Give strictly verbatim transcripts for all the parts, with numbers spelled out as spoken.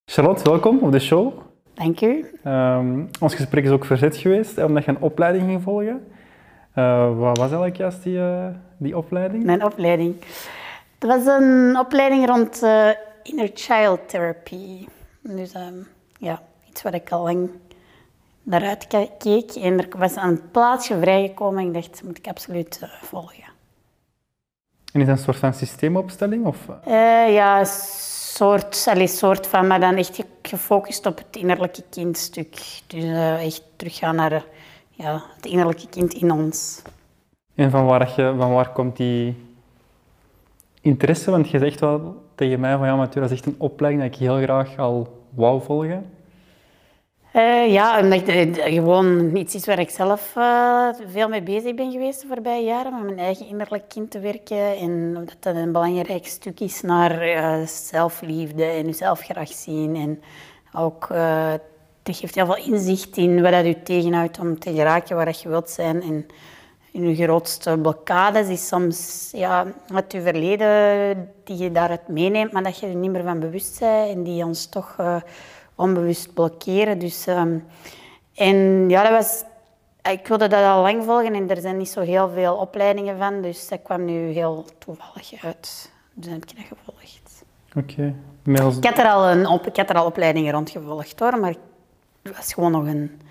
Charlotte, welkom op de show. Dank u. Um, ons gesprek is ook verzet geweest, hè, omdat je een opleiding ging volgen. Uh, wat was eigenlijk juist die, uh, die opleiding? Mijn opleiding? Het was een opleiding rond uh, inner child therapy. Dus um, ja, iets waar ik al lang naar uitkeek. En er was een plaatsje vrijgekomen en ik dacht, dat moet ik absoluut uh, volgen. En is dat een soort van systeemopstelling? Of? Uh, ja, een soort, allez, soort van, maar dan echt gefocust op het innerlijke kindstuk. Dus uh, echt teruggaan naar ja, het innerlijke kind in ons. En van waar, je, van waar komt die interesse? Want je zegt wel tegen mij van ja, maar dat is echt een opleiding dat ik heel graag al wou volgen. Uh, ja, omdat het gewoon iets is waar ik zelf uh, veel mee bezig ben geweest de voorbije jaren, met mijn eigen innerlijk kind te werken. En omdat dat een belangrijk stuk is naar uh, zelfliefde en jezelf graag zien. En ook, uh, het geeft heel veel inzicht in wat dat je tegenhoudt om te geraken waar je wilt zijn. En je grootste blokkades is soms ja, het je verleden die je daaruit meeneemt, maar dat je er niet meer van bewust bent en die ons toch uh, onbewust blokkeren. Dus, um, en ja, dat was, ik wilde dat al lang volgen en er zijn niet zo heel veel opleidingen van, dus dat kwam nu heel toevallig uit. Dus dan heb ik dat gevolgd. Oké. Okay. Als... Ik had er al een op, ik had er al opleidingen rond gevolgd hoor, maar het was gewoon nog een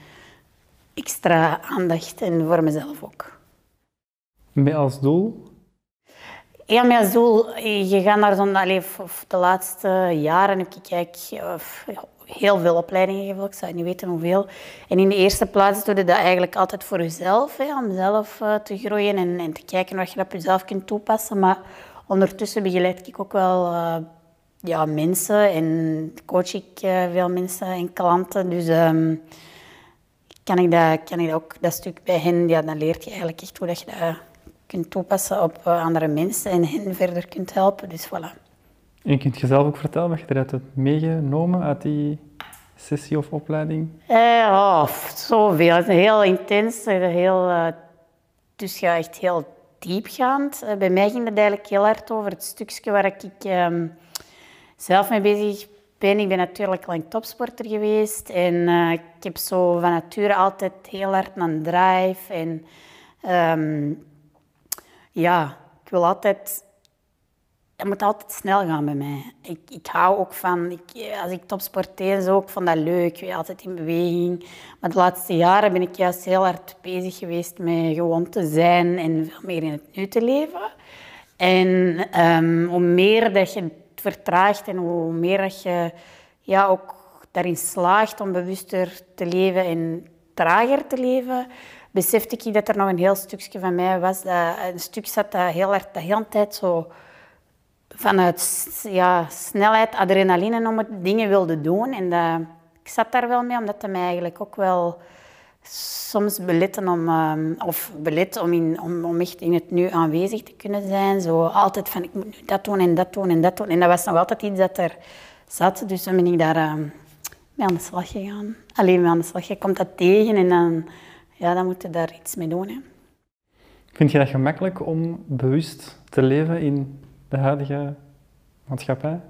extra aandacht en voor mezelf ook. Met als doel? Ja, met als doel, je gaat naar zo'n, allee, de laatste jaren heb ik eigenlijk heel veel opleidingen gevolgd, ik zou niet weten hoeveel. En in de eerste plaats doe je dat eigenlijk altijd voor jezelf, hè, om zelf uh, te groeien en, en te kijken wat je op jezelf kunt toepassen. Maar ondertussen begeleid ik ook wel uh, ja, mensen en coach ik uh, veel mensen en klanten. Dus um, kan, ik dat, kan ik dat ook dat stuk bij hen, ja, dan leert je eigenlijk echt hoe dat je dat kunt toepassen op andere mensen en hen verder kunt helpen. Dus voilà. En kunt je zelf ook vertellen wat je eruit hebt meegenomen uit die sessie of opleiding? Uh, oh, zoveel. Het is heel intens. Heel, uh, dus ja, echt heel diepgaand. Uh, bij mij ging het eigenlijk heel hard over het stukje waar ik um, zelf mee bezig ben. Ik ben natuurlijk lang topsporter geweest. En uh, ik heb zo van nature altijd heel hard een drive. En um, ja, ik wil altijd... Het moet altijd snel gaan bij mij. Ik, ik hou ook van... Ik, als ik topsport deed, zo, ik vond dat leuk. Ik ben altijd in beweging. Maar de laatste jaren ben ik juist heel hard bezig geweest met gewoon te zijn en veel meer in het nu te leven. En um, hoe meer dat je het vertraagt en hoe meer dat je ja, ook daarin slaagt om bewuster te leven en trager te leven, besefte ik dat er nog een heel stukje van mij was. Dat, een stuk zat dat heel hard de hele tijd zo vanuit ja, snelheid, adrenaline om het dingen wilde doen. En dat, ik zat daar wel mee, omdat dat mij eigenlijk ook wel soms beletten om, um, of belet om, in, om, om echt in het nu aanwezig te kunnen zijn. Zo altijd van, ik moet nu dat doen en dat doen en dat doen. En dat was nog altijd iets dat er zat. Dus dan ben ik daar um, mee aan de slag gegaan. Alleen mee aan de slag. Je komt dat tegen en dan, ja, dan moet je daar iets mee doen. Hè. Vind je dat gemakkelijk om bewust te leven in de huidige maatschappij?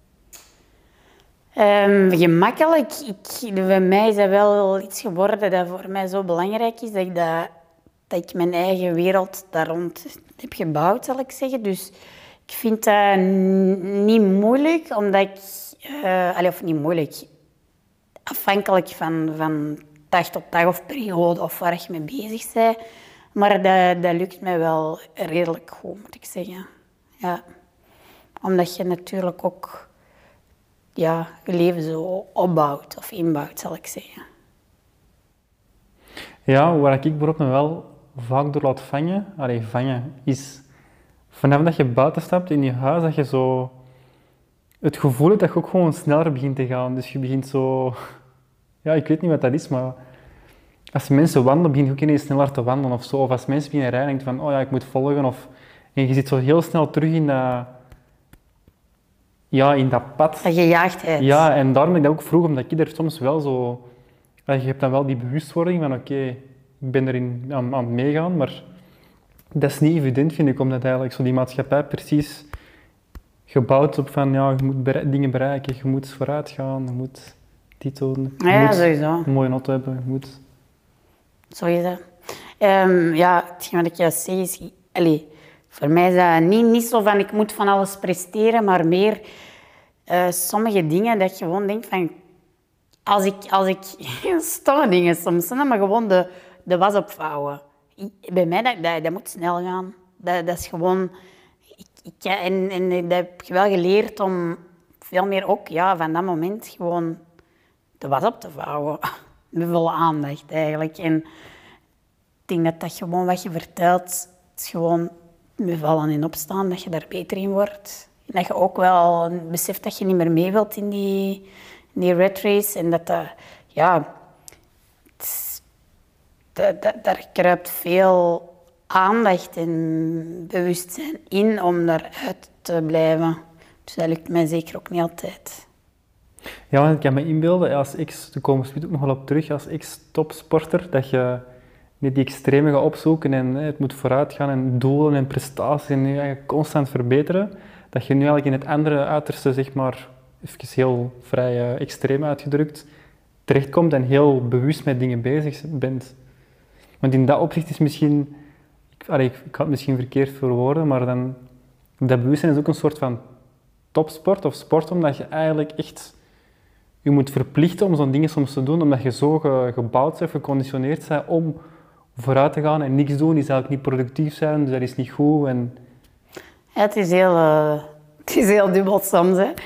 Um, gemakkelijk. Ik, bij mij is dat wel iets geworden dat voor mij zo belangrijk is, dat ik, dat, dat ik mijn eigen wereld daar rond heb gebouwd, zal ik zeggen. Dus ik vind dat niet moeilijk, omdat ik... Uh, allez, of niet moeilijk. Afhankelijk van, van dag tot dag of periode of waar je mee bezig bent. Maar dat, dat lukt mij wel redelijk goed, moet ik zeggen. Ja. Omdat je natuurlijk ook ja, je leven zo opbouwt of inbouwt, zal ik zeggen. Ja, waar ik bijvoorbeeld me wel vaak door laat vangen, allee, vangen is vanaf dat je buiten stapt in je huis, dat je zo het gevoel hebt dat je ook gewoon sneller begint te gaan. Dus je begint zo... Ja, ik weet niet wat dat is, maar als mensen wandelen, begin je ook ineens sneller te wandelen of zo. Of als mensen beginnen rijden, denk je van, oh ja, ik moet volgen. Of... En je zit zo heel snel terug in dat... Ja, in dat pad. Dat gejaagdheid. Ja, en daarom ben ik dat ook vroeg, omdat ik er soms wel zo... Je hebt dan wel die bewustwording van, oké, okay, ik ben erin aan, aan het meegaan, maar dat is niet evident, vind ik, omdat eigenlijk zo die maatschappij precies gebouwd op van, ja, je moet bere- dingen bereiken, je moet vooruit gaan, je moet dit doen. Je Ja, moet sowieso. een mooie auto hebben, je moet... Zo is dat. Um, ja, hetgeen wat ik juist zeg is... Allee, voor mij is dat niet, niet zo van ik moet van alles presteren, maar meer uh, sommige dingen dat je gewoon denkt van... Als ik... Als ik stomme dingen soms, hè, maar gewoon de, de was opvouwen. Ik, bij mij, dat, dat, dat moet snel gaan. Dat, dat is gewoon... Ik, ik, en, en dat heb ik wel geleerd om veel meer ook ja, van dat moment gewoon de was op te vouwen. Met volle aandacht eigenlijk. En ik denk dat dat gewoon wat je vertelt, het is gewoon met vallen en opstaan, dat je daar beter in wordt. En dat je ook wel beseft dat je niet meer mee wilt in die, in die red race. En dat dat, ja, het is, dat, dat, daar kruipt veel aandacht en bewustzijn in om daaruit te blijven. Dus dat lukt mij zeker ook niet altijd. Ja, want ik kan me inbeelden, als ex, daar komen we ook nog wel op terug, als ex-topsporter, dat je niet die extreme gaat opzoeken en hè, het moet vooruit gaan en doelen en prestaties en je eigenlijk constant verbeteren, dat je nu eigenlijk in het andere uiterste, zeg maar, even heel vrij uh, extreem uitgedrukt, terechtkomt en heel bewust met dingen bezig bent. Want in dat opzicht is misschien, ik, allee, ik, ik had het misschien verkeerd verwoorden, maar dan, dat bewustzijn is ook een soort van topsport of sport, omdat je eigenlijk echt je moet verplichten om zo'n dingen soms te doen, omdat je zo ge, gebouwd bent, geconditioneerd bent om vooruit te gaan en niks doen is eigenlijk niet productief zijn, dus dat is niet goed. En... Ja, het is heel, uh, het is heel dubbel soms. Hè.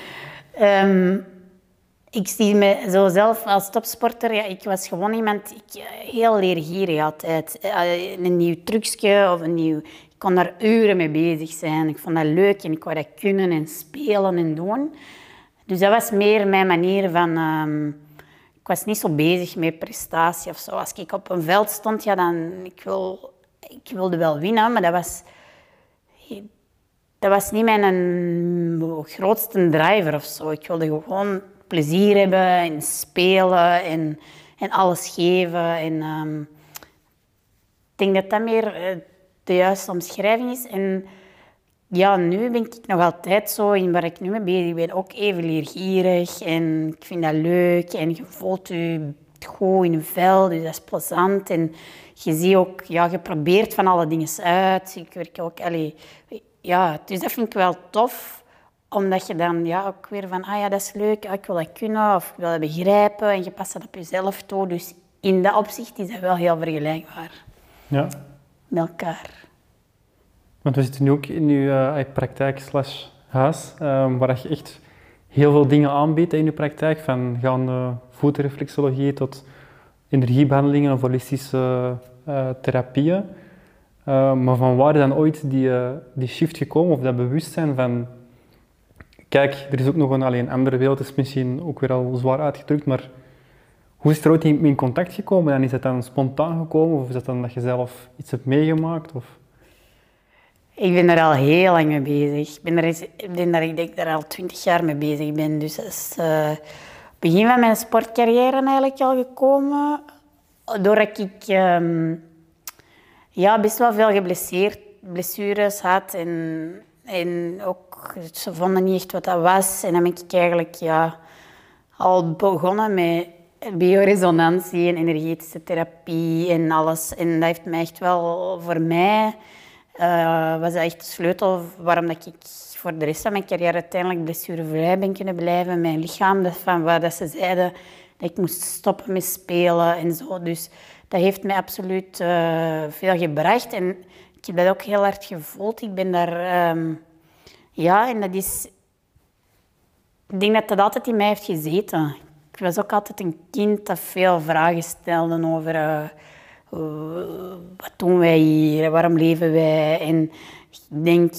Um, ik zie me zo zelf als topsporter, ja, ik was gewoon iemand, ik, heel leergierig altijd. Uh, een nieuw trucje of een nieuw... Ik kon daar uren mee bezig zijn. Ik vond dat leuk en ik wou dat kunnen en spelen en doen. Dus dat was meer mijn manier van... Um, ik was niet zo bezig met prestatie of zo. Als ik op een veld stond, ja, dan... Ik, wil, ik wilde wel winnen, maar dat was... Dat was niet mijn een, grootste driver of zo. Ik wilde gewoon plezier hebben en spelen en, en alles geven. En, um, ik denk dat dat meer uh, de juiste omschrijving is. En ja, nu ben ik nog altijd zo in waar ik nu mee bezig ben. Ook even leergierig en ik vind dat leuk. En je voelt je goed in een vel, dus dat is plezant. En je ziet ook, ja, je probeert van alle dingen uit. Ik werk ook, allee, ja, dus dat vind ik wel tof. Omdat je dan ja, ook weer van, ah ja, dat is leuk, ah, ik wil dat kunnen of ik wil dat begrijpen. En je past dat op jezelf toe. Dus in dat opzicht is dat wel heel vergelijkbaar. Ja. Met elkaar. Want we zitten nu ook in je uh, praktijk slash huis, um, waar je echt heel veel dingen aanbiedt in je praktijk. Van gaande voetreflexologie tot energiebehandelingen of holistische uh, therapieën. Uh, maar van waar is dan ooit die, uh, die shift gekomen of dat bewustzijn van... Kijk, er is ook nog een, alleen een andere wereld, is misschien ook weer al zwaar uitgedrukt, maar hoe is er ooit in, in contact gekomen? En is dat dan spontaan gekomen of is dat dan dat je zelf iets hebt meegemaakt? Of... Ik ben er al heel lang mee bezig. Ik ben er, ik ben er, ik denk daar al twintig jaar mee bezig ben. Dus dat is uh, het begin van mijn sportcarrière eigenlijk al gekomen. Doordat ik um, ja, best wel veel geblesseerd, blessures had en, en ook ze vonden niet echt wat dat was. En dan ben ik eigenlijk ja, al begonnen met bioresonantie en energetische therapie en alles. En dat heeft mij echt wel voor mij... Uh, was dat echt de sleutel waarom dat ik voor de rest van mijn carrière uiteindelijk blessurevrij ben kunnen blijven. Mijn lichaam, dat van waar dat ze zeiden dat ik moest stoppen met spelen en zo. Dus dat heeft mij absoluut uh, veel gebracht. En ik heb dat ook heel hard gevoeld. Ik ben daar... Um, ja, en dat is... Ik denk dat dat altijd in mij heeft gezeten. Ik was ook altijd een kind dat veel vragen stelde over... Uh, Uh, wat doen wij hier? Waarom leven wij? En ik denk,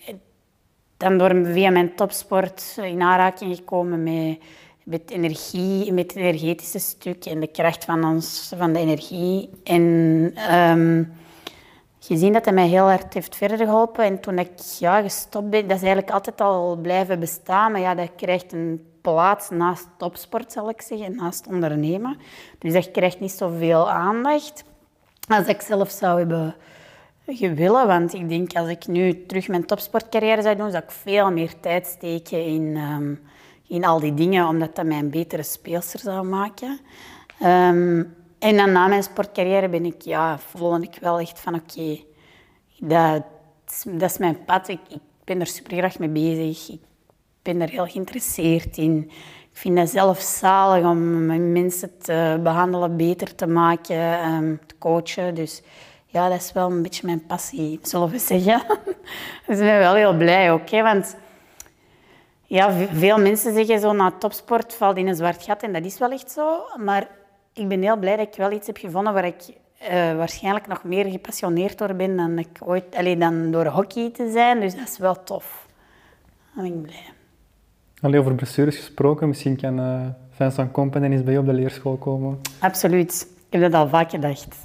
dan door via mijn topsport in aanraking gekomen met, met energie, met het energetische stuk en de kracht van, ons, van de energie. En um, gezien dat hij mij heel hard heeft verder geholpen. En toen ik ja, gestopt ben, dat is eigenlijk altijd al blijven bestaan. Maar ja, dat krijgt een plaats naast topsport, zal ik zeggen, naast ondernemen. Dus dat krijgt niet zoveel aandacht als ik zelf zou hebben gewillen. Want ik denk, als ik nu terug mijn topsportcarrière zou doen, zou ik veel meer tijd steken in, um, in al die dingen, omdat dat mij een betere speelster zou maken. Um, en dan na mijn sportcarrière ben ik, ja, voelde ik wel echt van, oké, okay, dat, dat is mijn pad. Ik, ik ben er super graag mee bezig. Ik ben er heel geïnteresseerd in. Ik vind het zelf zalig om mensen te behandelen, beter te maken, um, te coachen. Dus ja, dat is wel een beetje mijn passie, zullen we zeggen. Dus ik ben wel heel blij ook, hè, want ja, veel mensen zeggen zo, na topsport valt in een zwart gat en dat is wel echt zo. Maar ik ben heel blij dat ik wel iets heb gevonden waar ik uh, waarschijnlijk nog meer gepassioneerd door ben dan, ik ooit, allee, dan door hockey te zijn. Dus dat is wel tof. Dan ben ik blij. Allee, over blessures gesproken, misschien kan uh, Vincent Company eens bij je op de leerschool komen. Absoluut. Ik heb dat al vaak gedacht.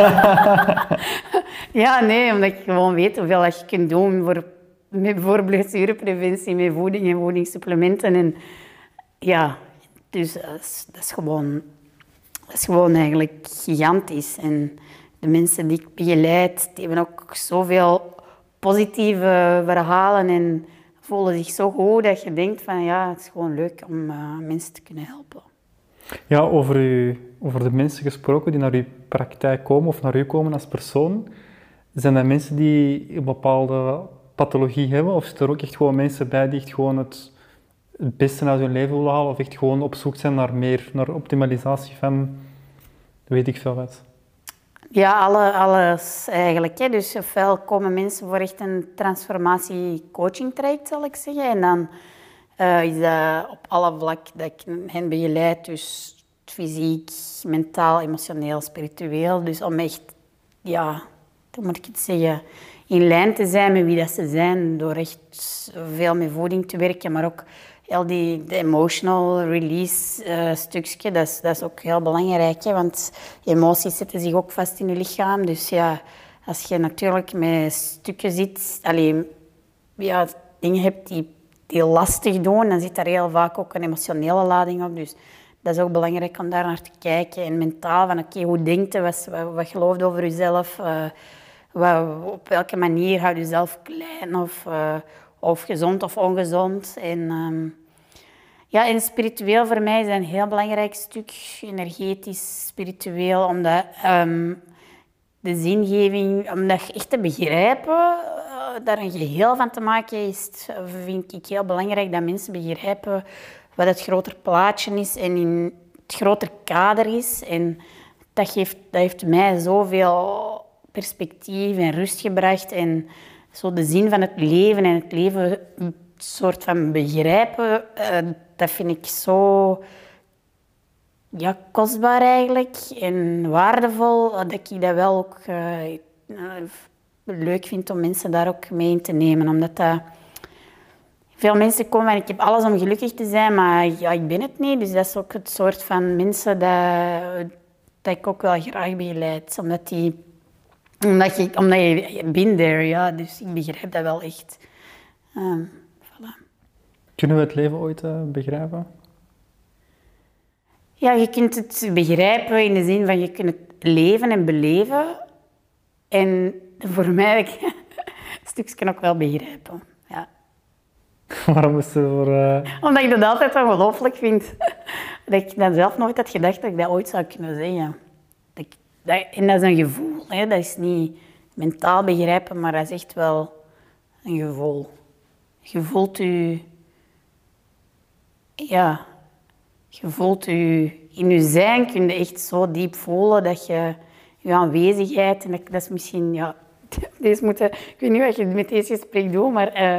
Ja, nee, omdat ik gewoon weet hoeveel je kunt doen voor, voor blessurepreventie, met voeding en voedingssupplementen. En ja, dus dat is, dat is gewoon, dat is gewoon eigenlijk gigantisch. En de mensen die ik begeleid, die hebben ook zoveel positieve verhalen en voelen zich zo goed dat je denkt van ja, het is gewoon leuk om uh, mensen te kunnen helpen. Ja, over, u, over de mensen gesproken die naar uw praktijk komen of naar u komen als persoon. Zijn dat mensen die een bepaalde pathologie hebben? Of zitten er ook echt gewoon mensen bij die echt gewoon het, het beste uit hun leven willen halen? Of echt gewoon op zoek zijn naar meer, naar optimalisatie van weet ik veel wat? Ja, alle, alles eigenlijk. Hè. Dus ofwel komen mensen voor echt een transformatie-coaching traject, zal ik zeggen. En dan uh, is dat op alle vlakken dat ik hen begeleid. Dus fysiek, mentaal, emotioneel, spiritueel. Dus om echt, ja, hoe moet ik het zeggen, in lijn te zijn met wie dat ze zijn. Door echt veel met voeding te werken, maar ook heel die de emotional release uh, stukje, dat is, dat is ook heel belangrijk. Hè, want emoties zetten zich ook vast in je lichaam. Dus ja, als je natuurlijk met stukken zit, allee, ja, dingen hebt die, die lastig doen, dan zit daar heel vaak ook een emotionele lading op. Dus dat is ook belangrijk om daar naar te kijken. En mentaal, van oké, okay, hoe denk je, wat, wat, wat geloof je over jezelf? Uh, wat, op welke manier houd je jezelf klein of... Uh, Of gezond of ongezond. En, um, ja, en spiritueel voor mij is dat een heel belangrijk stuk. Energetisch, spiritueel. Omdat um, de zingeving, om dat echt te begrijpen, uh, daar een geheel van te maken is, vind ik heel belangrijk dat mensen begrijpen wat het groter plaatje is en in het groter kader is. En dat, geeft, dat heeft mij zoveel perspectief en rust gebracht. En zo de zin van het leven en het leven een soort van begrijpen, uh, dat vind ik zo ja, kostbaar eigenlijk en waardevol, dat ik dat wel ook uh, uh, leuk vind om mensen daar ook mee in te nemen. Omdat dat veel mensen komen en ik heb alles om gelukkig te zijn, maar ja, ik ben het niet. Dus dat is ook het soort van mensen dat, dat ik ook wel graag begeleid. Omdat die Omdat je, omdat je bent there, ja. Dus ik begrijp dat wel echt. Um, voilà. Kunnen we het leven ooit uh, begrijpen? Ja, je kunt het begrijpen in de zin van je kunt het leven en beleven. En voor mij een stukje ook wel begrijpen. Ja. Waarom is er voor... Uh... Omdat ik dat altijd ongelooflijk vind. Dat ik dan zelf nooit had gedacht dat ik dat ooit zou kunnen zeggen. Dat ik, dat, en dat is een gevoel. Hè. Dat is niet mentaal begrijpen, maar dat is echt wel een gevoel. Je voelt je... Ja... Je voelt je... In je zijn kun je echt zo diep voelen dat je... Je aanwezigheid... En dat, dat is misschien... Ja, deze moeten, ik weet niet wat je met deze gesprek doet, maar... Uh,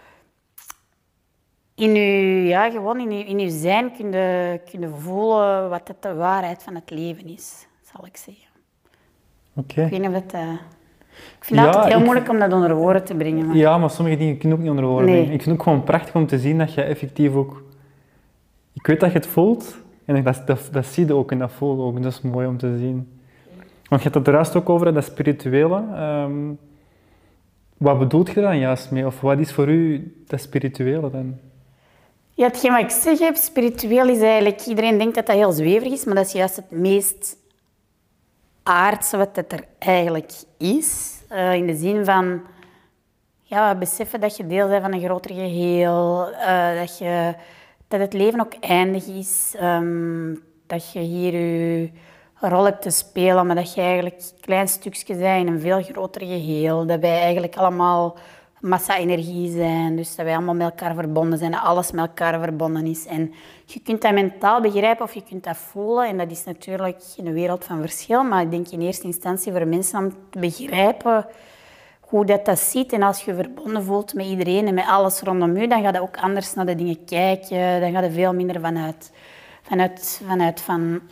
in je, ja, gewoon in je, in je zijn kun je, kun je voelen wat het de waarheid van het leven is, zal ik zeggen. Oké. Okay. Ik weet niet of dat... Uh, ik vind het ja, altijd heel ik... moeilijk om dat onder woorden te brengen. Maar... Ja, maar sommige dingen kun je ook niet onder woorden nee. brengen. Ik vind het ook gewoon prachtig om te zien dat je effectief ook... Ik weet dat je het voelt en dat, dat, dat zie je ook en dat voel je ook. Dat is mooi om te zien. Want je hebt het er juist ook over, dat spirituele. Um, wat bedoelt je dan juist mee? Of wat is voor u dat spirituele dan? Ja, hetgeen wat ik zeg heb, spiritueel is eigenlijk... Iedereen denkt dat dat heel zweverig is, maar dat is juist het meest aardse wat het er eigenlijk is. Uh, in de zin van ja, beseffen dat je deel bent van een groter geheel, uh, dat, je, dat het leven ook eindig is, um, dat je hier je rol hebt te spelen, maar dat je eigenlijk een klein stukje bent in een veel groter geheel. Dat wij eigenlijk allemaal massa-energie zijn, dus dat wij allemaal met elkaar verbonden zijn, dat alles met elkaar verbonden is. En je kunt dat mentaal begrijpen of je kunt dat voelen, en dat is natuurlijk een wereld van verschil, maar ik denk in eerste instantie voor mensen om te begrijpen hoe dat, dat zit. En als je verbonden voelt met iedereen en met alles rondom je, dan ga je ook anders naar de dingen kijken, dan ga je veel minder vanuit, vanuit, vanuit van,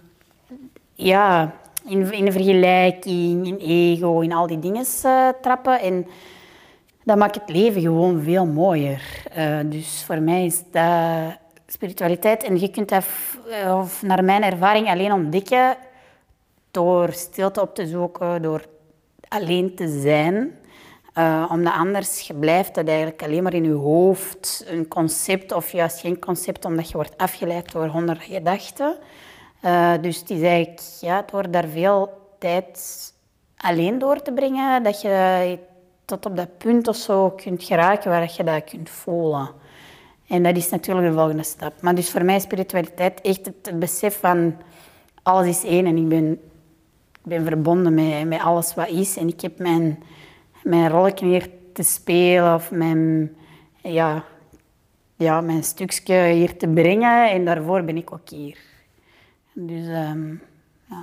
ja, in, in vergelijking, in ego, in al die dingen uh, trappen. En dat maakt het leven gewoon veel mooier. Uh, dus voor mij is dat spiritualiteit. En je kunt dat, uh, of naar mijn ervaring, alleen ontdekken door stilte op te zoeken, door alleen te zijn. Uh, omdat anders je blijft dat eigenlijk alleen maar in je hoofd een concept, of juist geen concept, omdat je wordt afgeleid door honderden gedachten. Uh, dus het is eigenlijk ja, door daar veel tijd alleen door te brengen, dat je tot op dat punt of zo kunt geraken waar je dat kunt voelen. En dat is natuurlijk de volgende stap. Maar dus voor mij is spiritualiteit echt het, het besef van alles is één en ik ben, ik ben verbonden met, met alles wat is. En ik heb mijn, mijn rolletje hier te spelen of mijn, ja, ja, mijn stukje hier te brengen en daarvoor ben ik ook hier. Dus um, ja.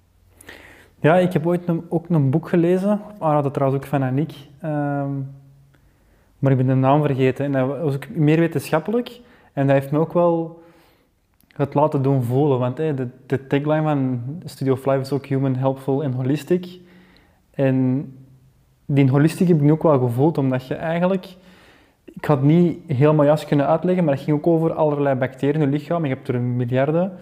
Ja, ik heb ooit een, ook een boek gelezen, aanraden trouwens ook van Aniek, um, maar ik ben de naam vergeten. En dat was ook meer wetenschappelijk en dat heeft me ook wel het laten doen voelen, want hey, de, de tagline van Studio of Life is ook human, helpful en holistic. En die holistiek heb ik ook wel gevoeld, omdat je eigenlijk, ik had het niet helemaal juist kunnen uitleggen, maar het ging ook over allerlei bacteriën in je lichaam, je hebt er een miljarden.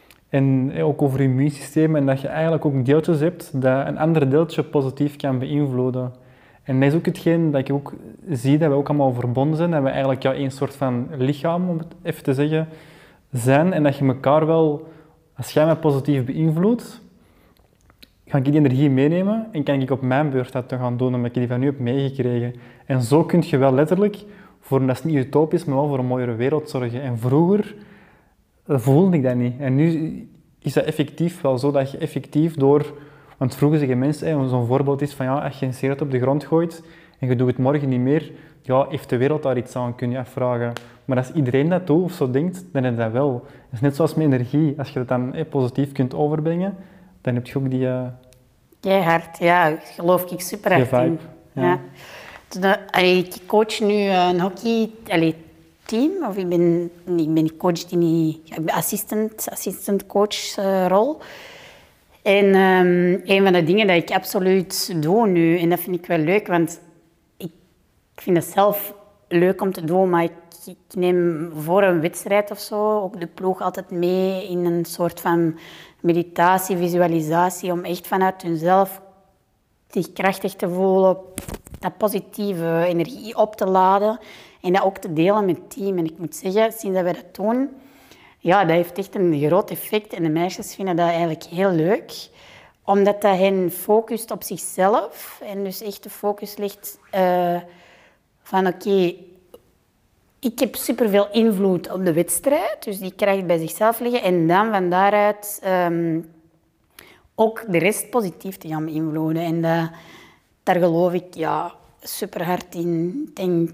En ook over je immuunsysteem en dat je eigenlijk ook deeltjes hebt dat een ander deeltje positief kan beïnvloeden. En dat is ook hetgeen dat ik ook zie, dat we ook allemaal verbonden zijn, dat we eigenlijk ja, een soort van lichaam, om het even te zeggen, zijn. En dat je elkaar wel, als jij mij positief beïnvloedt, ga ik die energie meenemen en kan ik op mijn beurt dat te gaan doen, omdat ik die van u heb meegekregen. En zo kun je wel letterlijk, voor, dat is niet utopisch, maar wel voor een mooiere wereld zorgen. En vroeger voelde ik dat niet. En nu is dat effectief wel zo dat je effectief door... Want vroeger zeggen mensen, zo'n voorbeeld is van ja, als je een sigaret op de grond gooit en je doet het morgen niet meer, ja, heeft de wereld daar iets aan, kun je afvragen. Maar als iedereen dat doet of zo denkt, dan is dat wel. Het is net zoals met energie. Als je het dan eh, positief kunt overbrengen, dan heb je ook die... Uh, Keihard, ja, geloof ik super hard in. Ja. Ja. Ik coach nu een hockey... Allee, team, of ik ben, ik ben coach die niet, ik ben assistant, assistant coach uh, rol. En um, een van de dingen dat ik absoluut doe nu, en dat vind ik wel leuk, want ik, ik vind het zelf leuk om te doen, maar ik, ik neem voor een wedstrijd of zo ook de ploeg altijd mee in een soort van meditatie, visualisatie, om echt vanuit hunzelf zich krachtig te voelen, dat positieve energie op te laden. En dat ook te delen met het team. En ik moet zeggen, sinds dat wij dat doen, ja, dat heeft echt een groot effect. En de meisjes vinden dat eigenlijk heel leuk. Omdat dat hen focust op zichzelf. En dus echt de focus ligt uh, van oké, okay, ik heb superveel invloed op de wedstrijd. Dus die krijgt bij zichzelf liggen. En dan van daaruit um, ook de rest positief te gaan beïnvloeden. En dat, daar geloof ik ja, super hard in. Ik denk...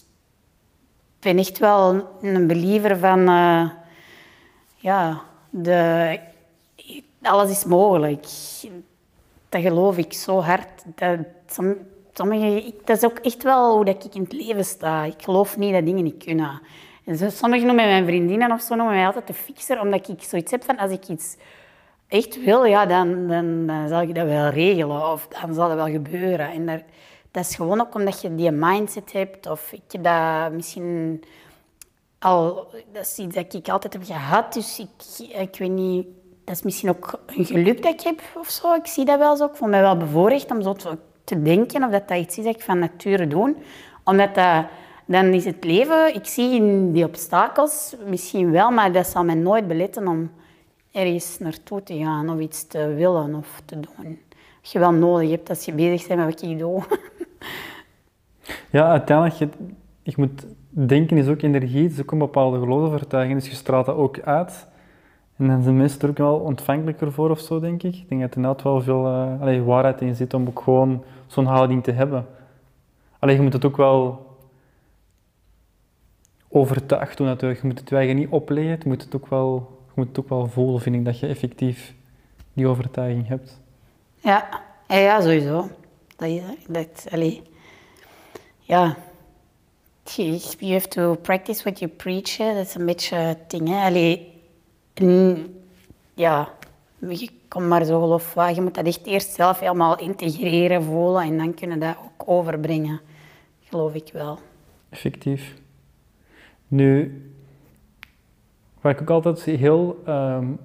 Ik ben echt wel een believer van, uh, ja, de, alles is mogelijk. Dat geloof ik zo hard. Dat, sommige, dat is ook echt wel hoe dat ik in het leven sta. Ik geloof niet dat dingen niet kunnen. En sommigen noemen mijn vriendinnen of zo noemen mij altijd de fixer, omdat ik zoiets heb van als ik iets echt wil, ja, dan, dan, dan zal ik dat wel regelen of dan zal dat wel gebeuren. En daar, dat is gewoon ook omdat je die mindset hebt. Of ik heb dat misschien al... Dat is iets dat ik altijd heb gehad. Dus ik, ik weet niet... Dat is misschien ook een geluk dat ik heb of zo. Ik zie dat wel zo. Ik voel me wel bevoorrecht om zo te, te denken. Of dat dat iets is dat ik van nature doe. Omdat dat... Dan is het leven... Ik zie die obstakels misschien wel, maar dat zal mij nooit beletten om ergens naartoe te gaan of iets te willen of te doen. Wat je wel nodig hebt als je bezig bent met wat je doet. Ja, uiteindelijk, je, je moet denken is ook energie, het is ook een bepaalde geloofsovertuiging, dus je straalt dat ook uit. En dan zijn mensen er ook wel ontvankelijker voor of zo, denk ik. Ik denk dat er inderdaad wel veel uh, allee, waarheid in zit om ook gewoon zo'n houding te hebben. Alleen je moet het ook wel overtuigd doen natuurlijk. Je moet het je eigen niet opleggen, je moet het ook wel, je moet het ook wel voelen, vind ik, dat je effectief die overtuiging hebt. Ja, ja, ja sowieso. Dat is dat, allee. Ja. You have to practice what you preach, hè. Dat is een beetje het ding, hè. Allee, ja, je komt maar zo geloofwaardig. Je moet dat echt eerst zelf helemaal integreren, voelen en dan kunnen dat ook overbrengen. Geloof ik wel. Effectief. Nu, wat ik ook altijd heel um,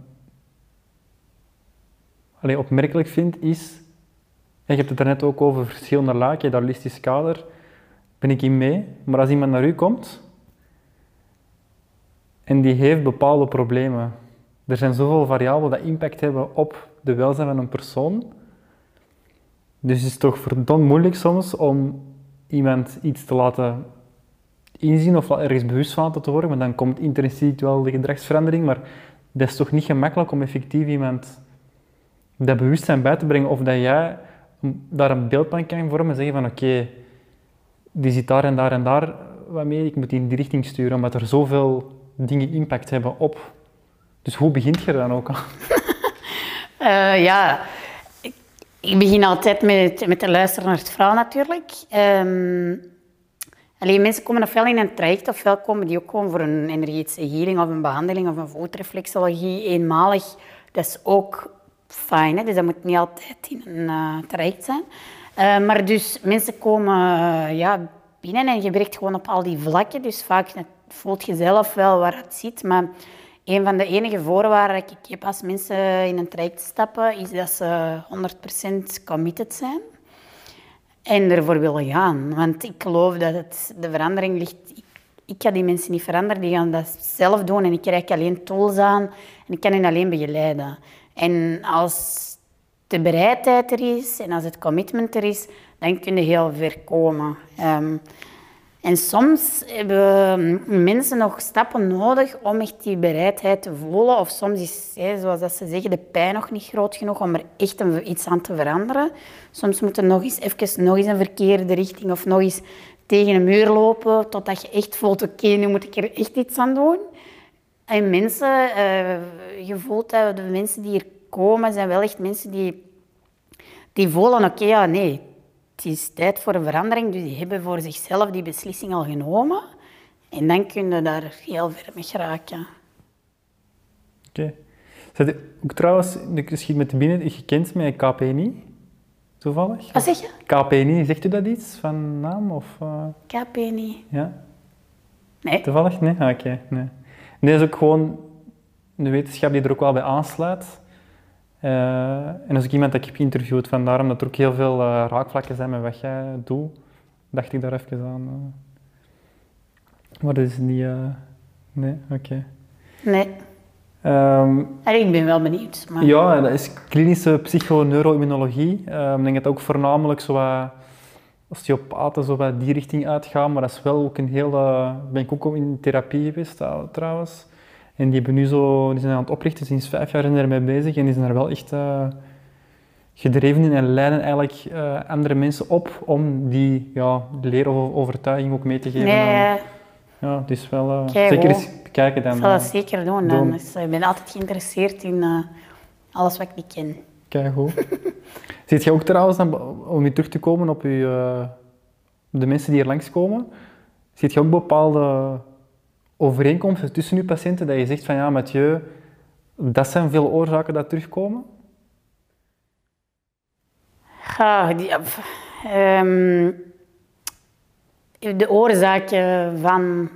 allee, opmerkelijk vind, is, en je hebt het er net ook over verschillende lagen, dat holistisch kader, ben ik in mee, maar als iemand naar u komt en die heeft bepaalde problemen, er zijn zoveel variabelen die impact hebben op de welzijn van een persoon, dus het is toch verdomd moeilijk soms om iemand iets te laten inzien of ergens bewust van te worden, maar dan komt intrinsiek wel de gedragsverandering, maar dat is toch niet gemakkelijk om effectief iemand dat bewustzijn bij te brengen of dat jij daar een beeld van kan vormen en zeggen van oké, okay, die zit daar en daar en daar wat mee, ik moet die in die richting sturen, omdat er zoveel dingen impact hebben op. Dus hoe begint je er dan ook aan? uh, ja, ik, ik begin altijd met, met te luisteren naar het verhaal natuurlijk. Um, alleen mensen komen ofwel in een traject, ofwel komen die ook gewoon voor een energetische healing of een behandeling of een voetreflexologie eenmalig. Dat is ook fijn, hè? Dus dat moet niet altijd in een uh, traject zijn. Uh, maar dus mensen komen uh, ja, binnen en je werkt gewoon op al die vlakken. Dus vaak voelt je zelf wel waar het zit. Maar een van de enige voorwaarden die ik heb als mensen in een traject stappen, is dat ze honderd procent committed zijn. En ervoor willen gaan. Want ik geloof dat het, de verandering ligt... Ik, ik ga die mensen niet veranderen, die gaan dat zelf doen. En ik krijg alleen tools aan en ik kan hen alleen begeleiden. En als de bereidheid er is en als het commitment er is, dan kun je heel ver komen. Um, en soms hebben mensen nog stappen nodig om echt die bereidheid te voelen. Of soms is, hè, zoals dat ze zeggen, de pijn nog niet groot genoeg om er echt een, iets aan te veranderen. Soms moet er nog eens, even nog eens een verkeerde richting of nog eens tegen een muur lopen, totdat je echt voelt, oké, okay, nu moet ik er echt iets aan doen. En mensen, uh, je voelt dat de mensen die hier komen, zijn wel echt mensen die, die voelen, oké, okay, ja, nee, het is tijd voor een verandering. Dus die hebben voor zichzelf die beslissing al genomen. En dan kun je daar heel ver mee geraken. Oké. Okay. Ook trouwens, ik schiet me te binnen, je kent mij K P N I, toevallig? Wat zeg je? K P N I, zegt u dat iets van naam? Of, uh... K P N I? Ja. Nee. Toevallig? Nee? Ah, oké, okay. nee. Nee, dat is ook gewoon een wetenschap die er ook wel bij aansluit. Uh, en dat is ook iemand dat ik heb geïnterviewd, vandaar omdat er ook heel veel uh, raakvlakken zijn met wat jij doet, dacht ik daar even aan. Uh. Maar dat is niet... Uh... Nee, oké. Okay. Nee. Um, ik ben wel benieuwd. Maar... Ja, dat is klinische psychoneuroimmunologie. Um, ik denk dat het ook voornamelijk zo wat osteopaten zo wat die richting uitgaan, maar dat is wel ook een hele... Ben ik ook in therapie geweest trouwens. En die hebben nu zo, die zijn aan het oprichten, sinds vijf jaar zijn ermee bezig en die zijn er wel echt uh, gedreven in en leiden eigenlijk uh, andere mensen op om die ja, leer of overtuiging ook mee te geven. Nee. Aan, ja, het is wel... Uh, zeker eens bekijken dan. Ik zal dat uh, zeker doen. Dan. doen. Dus, uh, ik ben altijd geïnteresseerd in uh, alles wat ik niet ken. Kijk goed. Ziet je ook trouwens, dan, om weer terug te komen op uw, uh, de mensen die hier langskomen, ziet je ook bepaalde overeenkomsten tussen uw patiënten, dat je zegt van ja, Mathieu, dat zijn veel oorzaken dat terugkomen? Ja, die, um, de oorzaken van...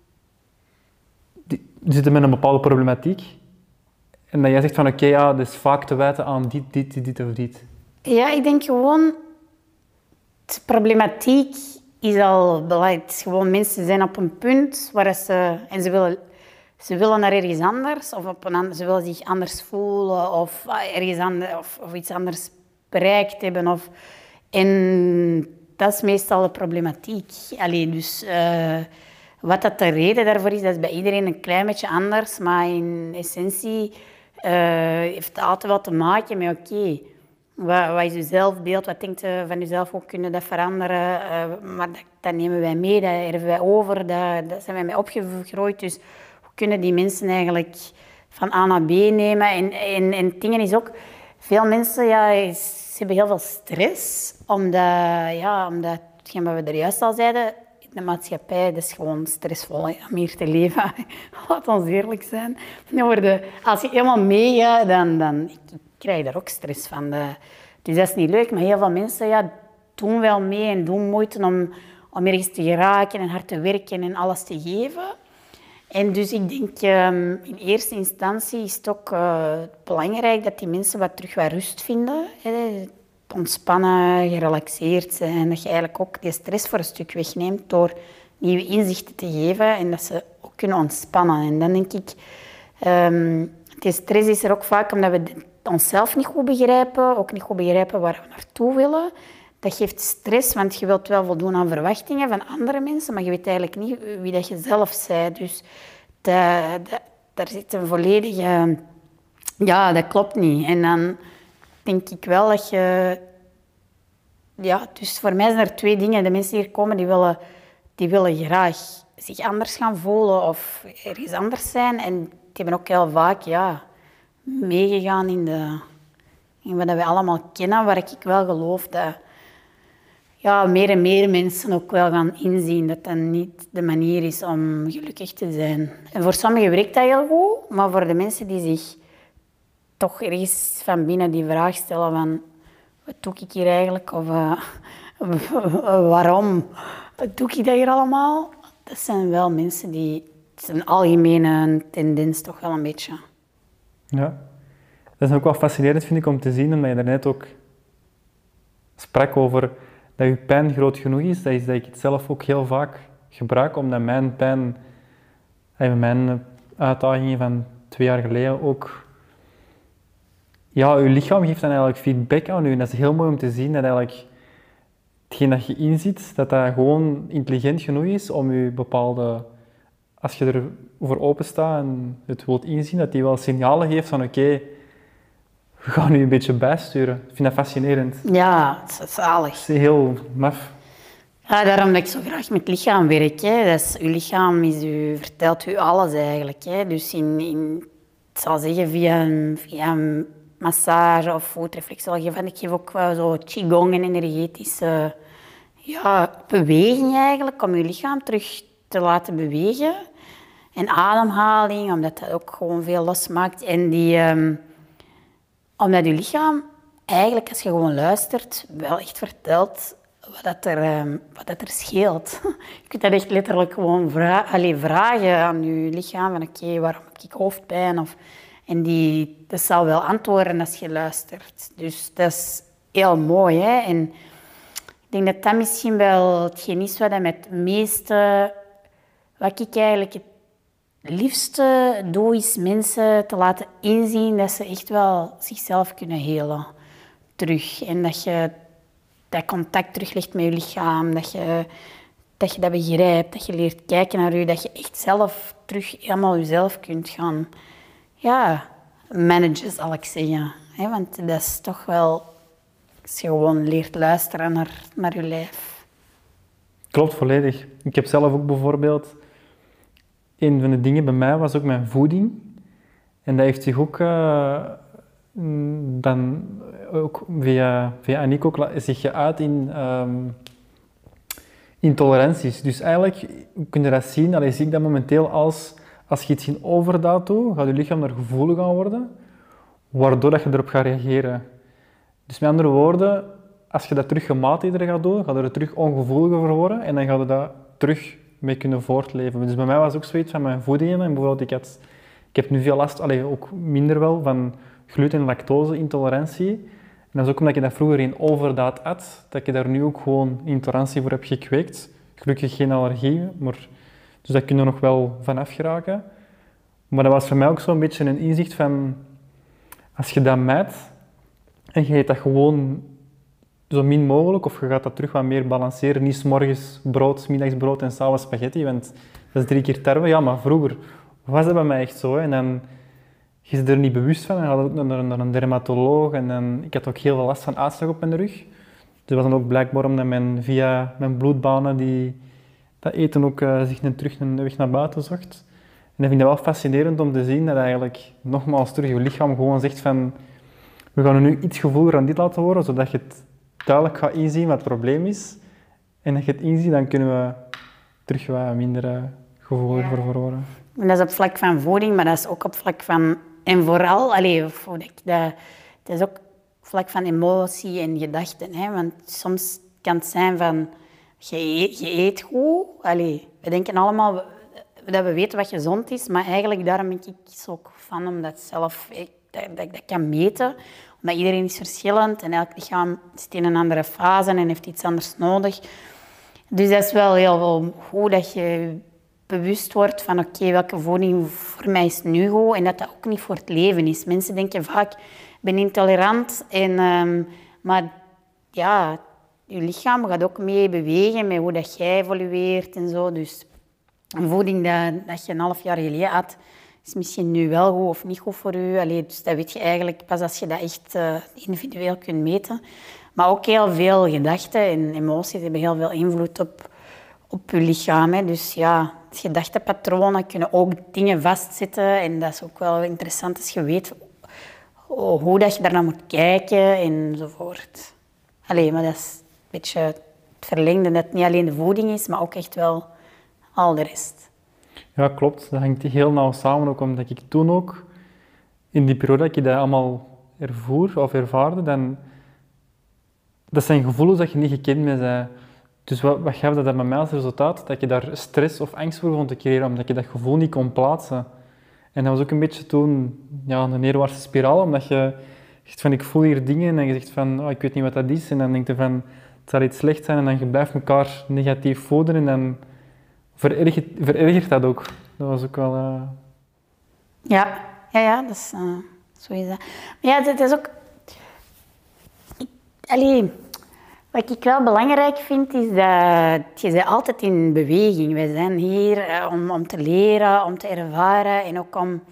Die, die zitten met een bepaalde problematiek. En dat jij zegt van oké, okay, ja, dat is vaak te wijten aan dit, dit, dit of dit. Ja, ik denk gewoon, de problematiek is al belangrijk. Het is gewoon, mensen zijn op een punt waar ze, en ze willen ze willen naar ergens anders, of op een ander, ze willen zich anders voelen, of, ergens anders, of, of iets anders bereikt hebben. Of, en dat is meestal de problematiek. Allee, dus, uh, wat dat de reden daarvoor is, dat is bij iedereen een klein beetje anders, maar in essentie uh, heeft het altijd wel te maken met oké, okay, wat, wat is je zelfbeeld, wat denkt je van jezelf, hoe kunnen dat veranderen, uh, maar dat, dat nemen wij mee, dat erven wij over, dat, dat zijn wij mee opgegroeid, dus hoe kunnen die mensen eigenlijk van A naar B nemen? En, en, en het ding is ook, veel mensen ja, ze hebben heel veel stress, omdat, ja, omdat hetgeen wat we er juist al zeiden, de maatschappij, dat is gewoon stressvol hè, om hier te leven. Laat ons eerlijk zijn. Dan worden, als je helemaal meegaat, dan, dan ik, ik krijg je daar ook stress van. De, dus dat is niet leuk, maar heel veel mensen ja, doen wel mee en doen moeite om, om ergens te geraken en hard te werken en alles te geven. En dus ik denk, um, in eerste instantie is het ook uh, belangrijk dat die mensen wat terug wat rust vinden. Hè. Ontspannen, gerelaxeerd zijn. Dat je eigenlijk ook die stress voor een stuk wegneemt door nieuwe inzichten te geven en dat ze ook kunnen ontspannen. En dan denk ik, um, die stress is er ook vaak omdat we onszelf niet goed begrijpen, ook niet goed begrijpen waar we naartoe willen. Dat geeft stress, want je wilt wel voldoen aan verwachtingen van andere mensen, maar je weet eigenlijk niet wie dat je zelf bent. Dus dat, dat, daar zit een volledige... Ja, dat klopt niet. En dan denk ik wel dat je... Ja, dus voor mij zijn er twee dingen. De mensen die hier komen, die willen, die willen graag zich anders gaan voelen of ergens anders zijn. En die hebben ook heel vaak ja, meegegaan in, de, in wat we allemaal kennen, waar ik wel geloof dat ja, meer en meer mensen ook wel gaan inzien dat dat niet de manier is om gelukkig te zijn. En voor sommigen werkt dat heel goed, maar voor de mensen die zich toch ergens van binnen die vraag stellen van wat doe ik hier eigenlijk of uh, waarom doe ik dat hier allemaal? Dat zijn wel mensen die, het is een algemene tendens toch wel een beetje. Ja, dat is ook wel fascinerend vind ik om te zien, omdat je daarnet ook sprak over dat je pijn groot genoeg is. Dat is dat ik het zelf ook heel vaak gebruik, omdat mijn pijn, mijn uitdagingen van twee jaar geleden ook... Ja, je lichaam geeft dan eigenlijk feedback aan u en dat is heel mooi om te zien dat eigenlijk hetgeen dat je inziet, dat dat gewoon intelligent genoeg is om je bepaalde... Als je ervoor open staat en het wilt inzien, dat die wel signalen geeft van oké, okay, we gaan nu een beetje bijsturen. Ik vind dat fascinerend. Ja, het is zalig. Het is heel maf. Ja, daarom dat ik zo graag met het lichaam werk. Hè. Dat is, uw lichaam is u, vertelt u alles eigenlijk. Hè. Dus in, in, ik zal zeggen via een, via een massage of voetreflexologie. Ik geef ook wel zo qigong en energetische ja, beweging eigenlijk, om uw lichaam terug te laten bewegen. En ademhaling, omdat dat ook gewoon veel losmaakt. En die... Um, Omdat je lichaam eigenlijk, als je gewoon luistert, wel echt vertelt wat, dat er, um, wat dat er scheelt. Je kunt dat echt letterlijk gewoon vra Allee, vragen aan je lichaam. Van oké, okay, waarom heb ik hoofdpijn? Of, en die, dat zal wel antwoorden als je luistert. Dus dat is heel mooi. Hè? En ik denk dat dat misschien wel hetgeen is wat dat met het meeste... Wat ik eigenlijk het liefste doe, is mensen te laten inzien dat ze echt wel zichzelf kunnen helen. Terug. En dat je dat contact teruglegt met je lichaam. Dat je, dat je dat begrijpt. Dat je leert kijken naar je. Dat je echt zelf terug helemaal jezelf kunt gaan ja, managen, zal ik zeggen. He, want dat is toch wel... Als je gewoon leert luisteren naar, naar je lijf. Klopt, volledig. Ik heb zelf ook bijvoorbeeld... Een van de dingen bij mij was ook mijn voeding. En dat heeft zich ook, uh, dan ook via, via Aniek ook zich geuit in um, intoleranties. Dus eigenlijk kun je dat zien, allee, zie ik dat momenteel als, als je iets in overdaad doet, gaat je lichaam daar gevoelig aan worden, waardoor dat je erop gaat reageren. Dus met andere woorden, als je dat terug gematigder gaat doen, gaat je er terug ongevoeliger voor worden en dan gaat je dat terug mee kunnen voortleven. Dus bij mij was ook zoiets van mijn voedingen. En bijvoorbeeld, ik, had, ik heb nu veel last, allee, ook minder wel, van gluten- en lactose-intolerantie. En dat is ook omdat je dat vroeger in overdaad at, dat je daar nu ook gewoon intolerantie voor hebt gekweekt. Gelukkig geen allergie, maar dus dat kun je nog wel vanaf geraken. Maar dat was voor mij ook zo'n beetje een inzicht van, als je dat mijt en je eet dat gewoon zo min mogelijk, of je gaat dat terug wat meer balanceren, niet 's morgens brood, 's middags brood en 's avonds spaghetti, want dat is drie keer tarwe. Ja, maar vroeger was dat bij mij echt zo. Hè. En dan je zit er niet bewust van. En dan had ik naar, naar een dermatoloog en dan, ik had ook heel veel last van uitslag op mijn rug. Dus dat was dan ook blijkbaar omdat mijn, via mijn bloedbanen die, dat eten ook uh, zich een, terug een weg naar buiten zocht. En ik vind het wel fascinerend om te zien dat eigenlijk, nogmaals terug, je lichaam gewoon zegt van, we gaan er nu iets gevoeliger aan dit laten worden, zodat je het duidelijk gaat inzien wat het probleem is. En als je het inziet, dan kunnen we terug wat minder uh, gevoelig voor worden. En dat is op vlak van voeding, maar dat is ook op vlak van... En vooral, allee, dat, dat is ook op vlak van emotie en gedachten. Hè? Want soms kan het zijn van, je eet, je eet goed. Allee, we denken allemaal dat we weten wat gezond is, maar eigenlijk daarom ben ik zo ook van om dat zelf ik, dat, dat, dat kan meten. Omdat iedereen is verschillend en elk lichaam zit in een andere fase en heeft iets anders nodig. Dus dat is wel heel goed dat je bewust wordt van oké, okay, welke voeding voor mij is nu goed en dat dat ook niet voor het leven is. Mensen denken vaak, ik ben intolerant, en, um, maar ja, je lichaam gaat ook mee bewegen met hoe dat jij evolueert en zo. Dus een voeding dat, dat je een half jaar geleden had, is misschien nu wel goed of niet goed voor je. Allee, dus dat weet je eigenlijk pas als je dat echt uh, individueel kunt meten. Maar ook heel veel gedachten en emoties hebben heel veel invloed op, op je lichaam. Hè. Dus ja, gedachtenpatronen kunnen ook dingen vastzetten. En dat is ook wel interessant als je weet hoe dat je daarnaar moet kijken enzovoort. Allee, maar dat is een beetje het verlengde dat het niet alleen de voeding is, maar ook echt wel al de rest. Ja, klopt. Dat hangt heel nauw samen, ook omdat ik toen ook, in die periode dat ik dat allemaal ervoer of ervaarde, dan, dat zijn gevoelens dat je niet gekend bent. Hè. Dus wat, wat gaf dat bij mij als resultaat? Dat je daar stress of angst voor begon te creëren, omdat je dat gevoel niet kon plaatsen. En dat was ook een beetje toen ja, een neerwaartse spiraal, omdat je zegt van ik voel hier dingen en je zegt van oh, ik weet niet wat dat is. En dan denk je van het zal iets slecht zijn en dan je blijft elkaar negatief voeden en dan verergert, verergert dat ook. Dat was ook wel... Uh... Ja, ja, ja, dat is, uh, zo is dat. Maar ja, het is ook... Ik, allee, wat ik wel belangrijk vind, is dat je bent altijd in beweging. Wij zijn hier uh, om, om te leren, om te ervaren en ook om,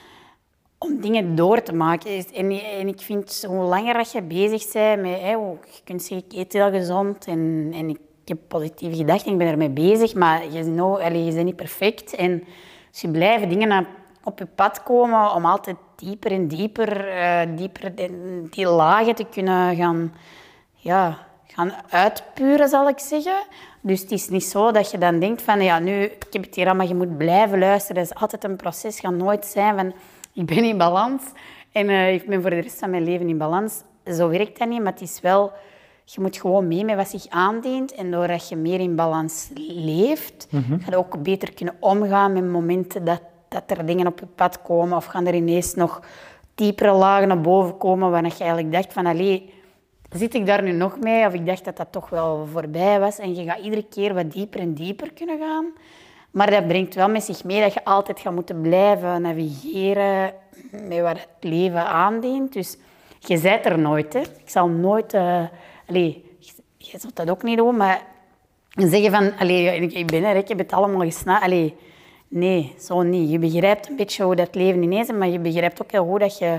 om dingen door te maken. En, en ik vind, hoe langer dat je bezig bent met... Hey, je kunt zeggen, ik eet heel gezond en, en ik heb positieve gedachten, ik ben ermee bezig, maar je, know, allee, je bent niet perfect. En dus je blijven dingen op je pad komen om altijd dieper en dieper, uh, dieper in die lagen te kunnen gaan... Ja, gaan uitpuren, zal ik zeggen. Dus het is niet zo dat je dan denkt van, ja, nu, ik heb het hier allemaal, je moet blijven luisteren. Dat is altijd een proces. Het gaat nooit zijn van, ik ben in balans en uh, ik ben voor de rest van mijn leven in balans. Zo werkt dat niet, maar het is wel, je moet gewoon mee met wat zich aandient. En doordat je meer in balans leeft, mm-hmm. ga je ook beter kunnen omgaan met momenten dat, dat er dingen op je pad komen. Of gaan er ineens nog diepere lagen naar boven komen, waar je eigenlijk dacht van, allee, zit ik daar nu nog mee? Of ik dacht dat dat toch wel voorbij was. En je gaat iedere keer wat dieper en dieper kunnen gaan. Maar dat brengt wel met zich mee dat je altijd gaat moeten blijven navigeren met wat het leven aandient. Dus je bent er nooit. Hè. Ik zal nooit... Uh, allez, je zult dat ook niet doen, maar zeggen van... Allez, ik ben er, ik heb het allemaal gesnapt. Allez, nee, zo niet. Je begrijpt een beetje hoe dat leven ineens is, maar je begrijpt ook heel goed dat je,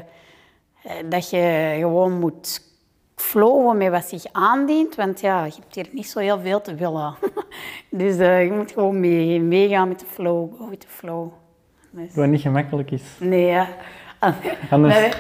dat je gewoon moet... flowen met wat zich aandient, want ja, je hebt hier niet zo heel veel te willen. Dus uh, je moet gewoon mee, meegaan met de flow, go with the flow. Dus... Wat niet gemakkelijk is. Nee, ja. Anders... Nee,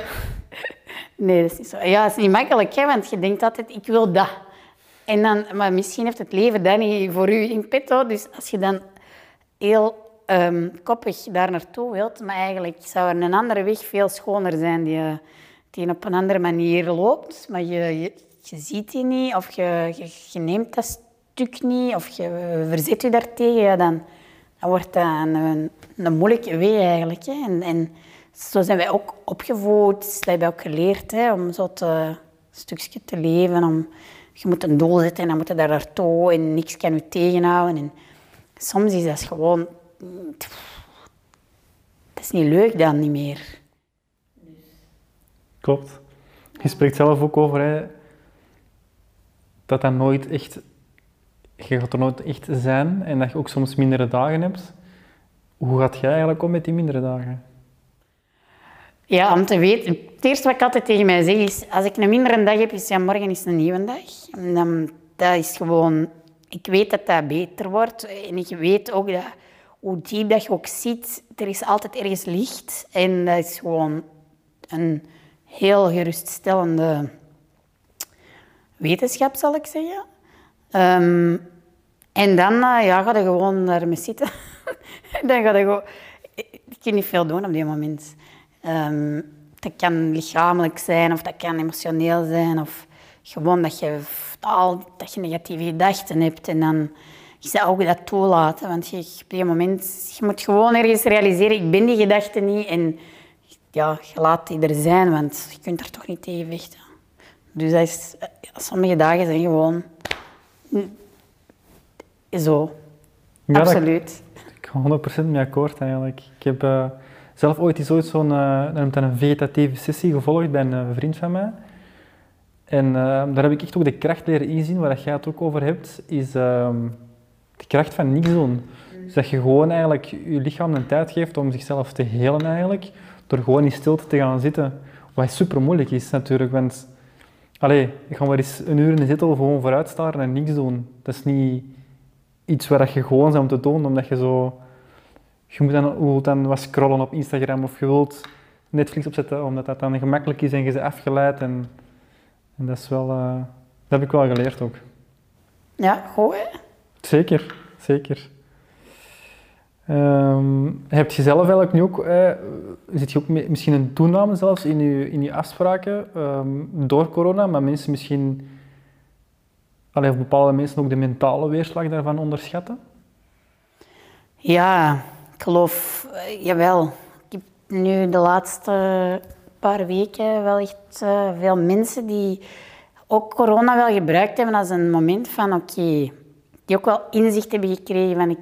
nee, dat is niet zo. Ja, het is niet makkelijk, hè, want je denkt altijd, ik wil dat. En dan, maar misschien heeft het leven dat niet voor u in petto, dus als je dan heel um, koppig daar naartoe wilt, maar eigenlijk zou er een andere weg veel schoner zijn die... Uh, die op een andere manier loopt, maar je, je, je ziet die niet of je, je, je neemt dat stuk niet of je verzet je daartegen, ja, dan, dan wordt dat een, een, een moeilijke weg eigenlijk. Hè. En, en zo zijn wij ook opgevoed, dat hebben we ook geleerd, hè, om zo te, een stukje te leven. Om, je moet een doel zetten en dan moet je daar naartoe en niks kan je tegenhouden. En soms is dat gewoon... Dat is niet leuk dan niet meer. Klopt. Je spreekt zelf ook over hè, dat dat nooit echt, je gaat er nooit echt zijn en dat je ook soms mindere dagen hebt. Hoe gaat jij eigenlijk om met die mindere dagen? Ja, om te weten, het eerste wat ik altijd tegen mij zeg is, als ik een mindere dag heb, is ja, morgen is een nieuwe dag. En dan, dat is gewoon, ik weet dat dat beter wordt en ik weet ook dat hoe diep dat je ook ziet, er is altijd ergens licht en dat is gewoon een heel geruststellende wetenschap, zal ik zeggen. Um, en dan uh, ja, ga je gewoon daarmee zitten. dan ga je gewoon... Ik kan niet veel doen op die moment. Um, dat kan lichamelijk zijn of dat kan emotioneel zijn. Of gewoon dat je, al, dat je negatieve gedachten hebt en dan je zou ook dat toelaten. Want je, op die moment, je moet gewoon ergens realiseren, ik ben die gedachte niet. En ja, je laat die er zijn, want je kunt er toch niet tegen vechten. Dus dat is, sommige dagen zijn gewoon zo. Ja, absoluut. Dat, ik ga honderd procent mee akkoord eigenlijk. Ik heb uh, zelf ooit eens ooit zo'n uh, een vegetatieve sessie gevolgd bij een uh, vriend van mij. En uh, daar heb ik echt ook de kracht leren inzien, waar jij het ook over hebt, is uh, de kracht van niks doen. Mm. Dus dat je gewoon eigenlijk je lichaam de tijd geeft om zichzelf te helen eigenlijk, door gewoon in stilte te gaan zitten. Wat super moeilijk is natuurlijk, want allee, ik ga maar eens een uur in de zetel gewoon vooruit staren en niks doen. Dat is niet iets waar je gewoon zou moeten doen, omdat je zo... Je moet dan, je wilt dan wat scrollen op Instagram of je wilt Netflix opzetten, omdat dat dan gemakkelijk is en je bent afgeleid. En, en dat is wel... Uh, dat heb ik wel geleerd ook. Ja, goed hè? Zeker, zeker. Um, heb je zelf eigenlijk nu ook, eh, zit je ook mee, misschien een toename zelfs in je, in je afspraken um, door corona, maar mensen misschien, allee, of bepaalde mensen ook de mentale weerslag daarvan onderschatten? Ja, ik geloof, uh, jawel. Ik heb nu de laatste paar weken wel echt uh, veel mensen die ook corona wel gebruikt hebben als een moment van oké, okay, die ook wel inzicht hebben gekregen van ik...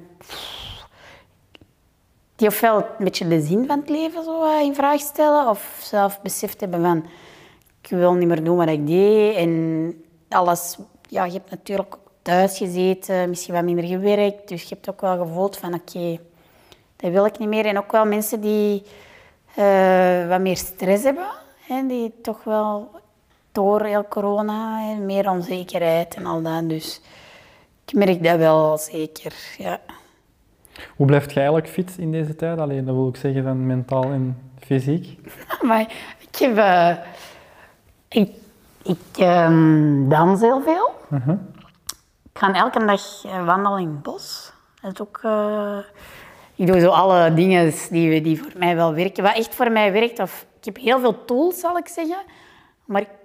Die ofwel een beetje de zin van het leven zo in vraag stellen, of zelf beseft hebben van ik wil niet meer doen wat ik deed. En alles, ja, je hebt natuurlijk ook thuis gezeten, misschien wat minder gewerkt, dus je hebt ook wel gevoeld van oké, okay, dat wil ik niet meer. En ook wel mensen die uh, wat meer stress hebben, hè, die toch wel door heel corona, hè, meer onzekerheid en al dat. Dus ik merk dat wel zeker, ja. Hoe blijft je eigenlijk fit in deze tijd? Alleen, dat wil ik zeggen van mentaal en fysiek. Maar ik heb... Uh, ik ik um, dans heel veel. Uh-huh. Ik ga elke dag wandelen in het bos. Dat is ook... Uh, ik doe zo alle dingen die, die voor mij wel werken. Wat echt voor mij werkt, of... Ik heb heel veel tools, zal ik zeggen. Maar ik...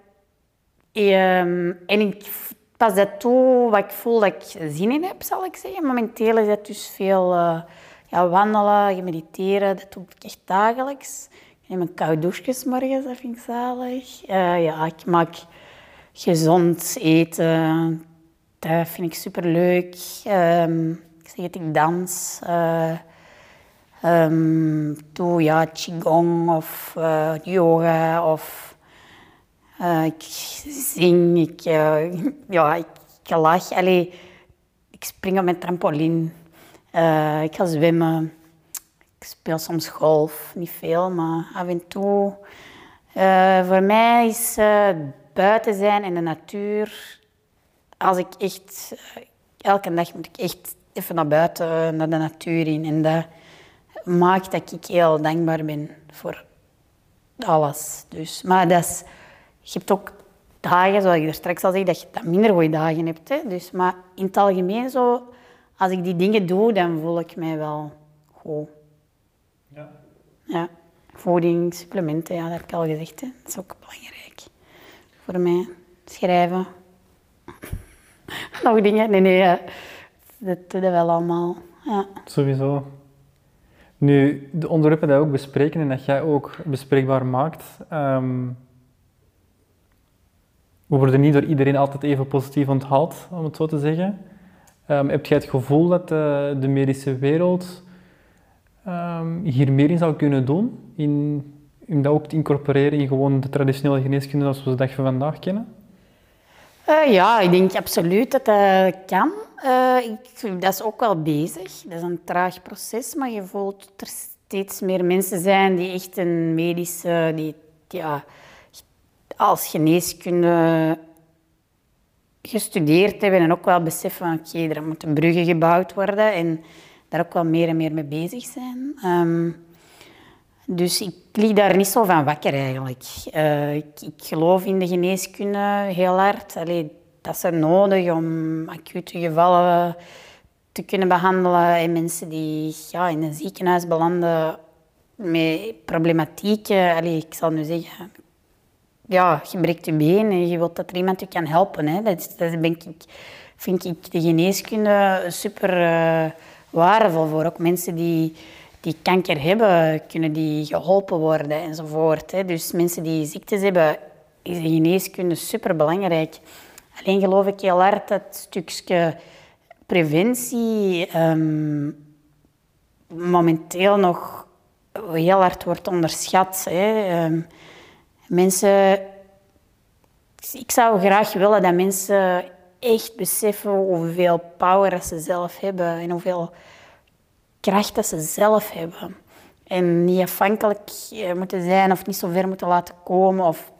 Um, en ik... Pas dat toe wat ik voel dat ik zin in heb, zal ik zeggen. Momenteel is dat dus veel uh, ja, wandelen, mediteren. Dat doe ik echt dagelijks. Ik neem een koude douche morgens, dat vind ik zalig. Uh, ja, ik maak gezond eten. Dat vind ik superleuk. Um, ik zeg het, ik dans. Uh, um, doe ja, qigong of uh, yoga of... Uh, ik zing, ik, uh, ja, ik, ik lach. Allee, ik spring op mijn trampoline. Uh, ik ga zwemmen. Ik speel soms golf. Niet veel, maar af en toe. Uh, voor mij is uh, buiten zijn in de natuur... Als ik echt... Uh, elke dag moet ik echt even naar buiten, naar de natuur in. En dat maakt dat ik heel dankbaar ben voor alles. Dus, maar dat is... Je hebt ook dagen, zoals ik er straks al zei, dat je dat minder goede dagen hebt. Hè? Dus, maar in het algemeen, zo, als ik die dingen doe, dan voel ik mij wel goed. Ja. Ja. Voeding, supplementen, ja, dat heb ik al gezegd. Hè? Dat is ook belangrijk voor mij. Schrijven. Nog dingen? Nee, nee, ja. Dat doe je wel allemaal. Ja. Sowieso. Nu, de onderwerpen die we ook bespreken en dat jij ook bespreekbaar maakt... Um... We worden niet door iedereen altijd even positief onthaald, om het zo te zeggen. Um, heb jij het gevoel dat de, de medische wereld um, hier meer in zou kunnen doen? In, om dat ook te incorporeren in gewoon de traditionele geneeskunde zoals we de dag van vandaag kennen? Uh, ja, ik denk absoluut dat dat kan. Uh, ik, dat is ook wel bezig. Dat is een traag proces, maar je voelt dat er steeds meer mensen zijn die echt een medische, die ja, als geneeskunde gestudeerd hebben en ook wel beseffen van oké, okay, er moeten bruggen gebouwd worden en daar ook wel meer en meer mee bezig zijn. Um, dus ik lig daar niet zo van wakker eigenlijk. Uh, ik, ik geloof in de geneeskunde heel hard. Allee, dat is er nodig om acute gevallen te kunnen behandelen en mensen die ja, in een ziekenhuis belanden met problematieken. Allee, ik zal nu zeggen, ja, je breekt je been en je wilt dat er iemand je kan helpen. Hè. Dat, dat ben ik, vind ik de geneeskunde super uh, waardevol voor. Ook mensen die, die kanker hebben, kunnen die geholpen worden enzovoort. Hè. Dus mensen die ziektes hebben, is de geneeskunde super belangrijk. Alleen geloof ik heel hard dat stukje preventie um, momenteel nog heel hard wordt onderschat. Hè. Um, mensen, ik zou graag willen dat mensen echt beseffen hoeveel power dat ze zelf hebben en hoeveel kracht dat ze zelf hebben. En niet afhankelijk moeten zijn of niet zo ver moeten laten komen. Of...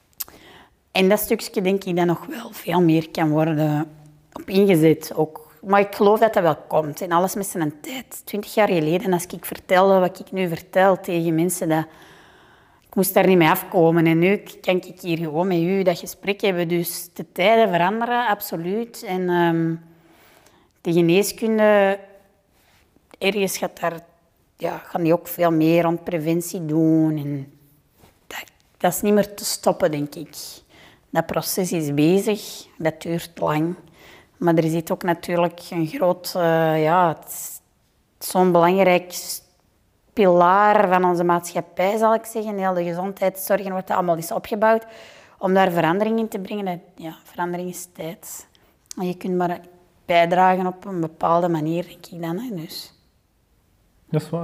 En dat stukje denk ik dat nog wel veel meer kan worden op ingezet ook. Maar ik geloof dat dat wel komt. En alles met zijn tijd. Twintig jaar geleden, als ik vertelde wat ik nu vertel tegen mensen, dat ik moest daar niet mee afkomen. En nu kan ik hier gewoon met u dat gesprek hebben. Dus de tijden veranderen, absoluut. En um, de geneeskunde, ergens gaat daar, ja, gaan die ook veel meer rond preventie doen. En dat, dat is niet meer te stoppen, denk ik. Dat proces is bezig, dat duurt lang. Maar er zit ook natuurlijk een groot, uh, ja, het zo'n belangrijk pilaar van onze maatschappij, zal ik zeggen. Heel de gezondheidszorg wordt dat allemaal eens opgebouwd. Om daar verandering in te brengen, dat, ja, verandering is tijd. En je kunt maar bijdragen op een bepaalde manier, denk ik dan. Hè, dus. Dat is waar.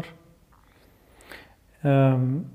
Um,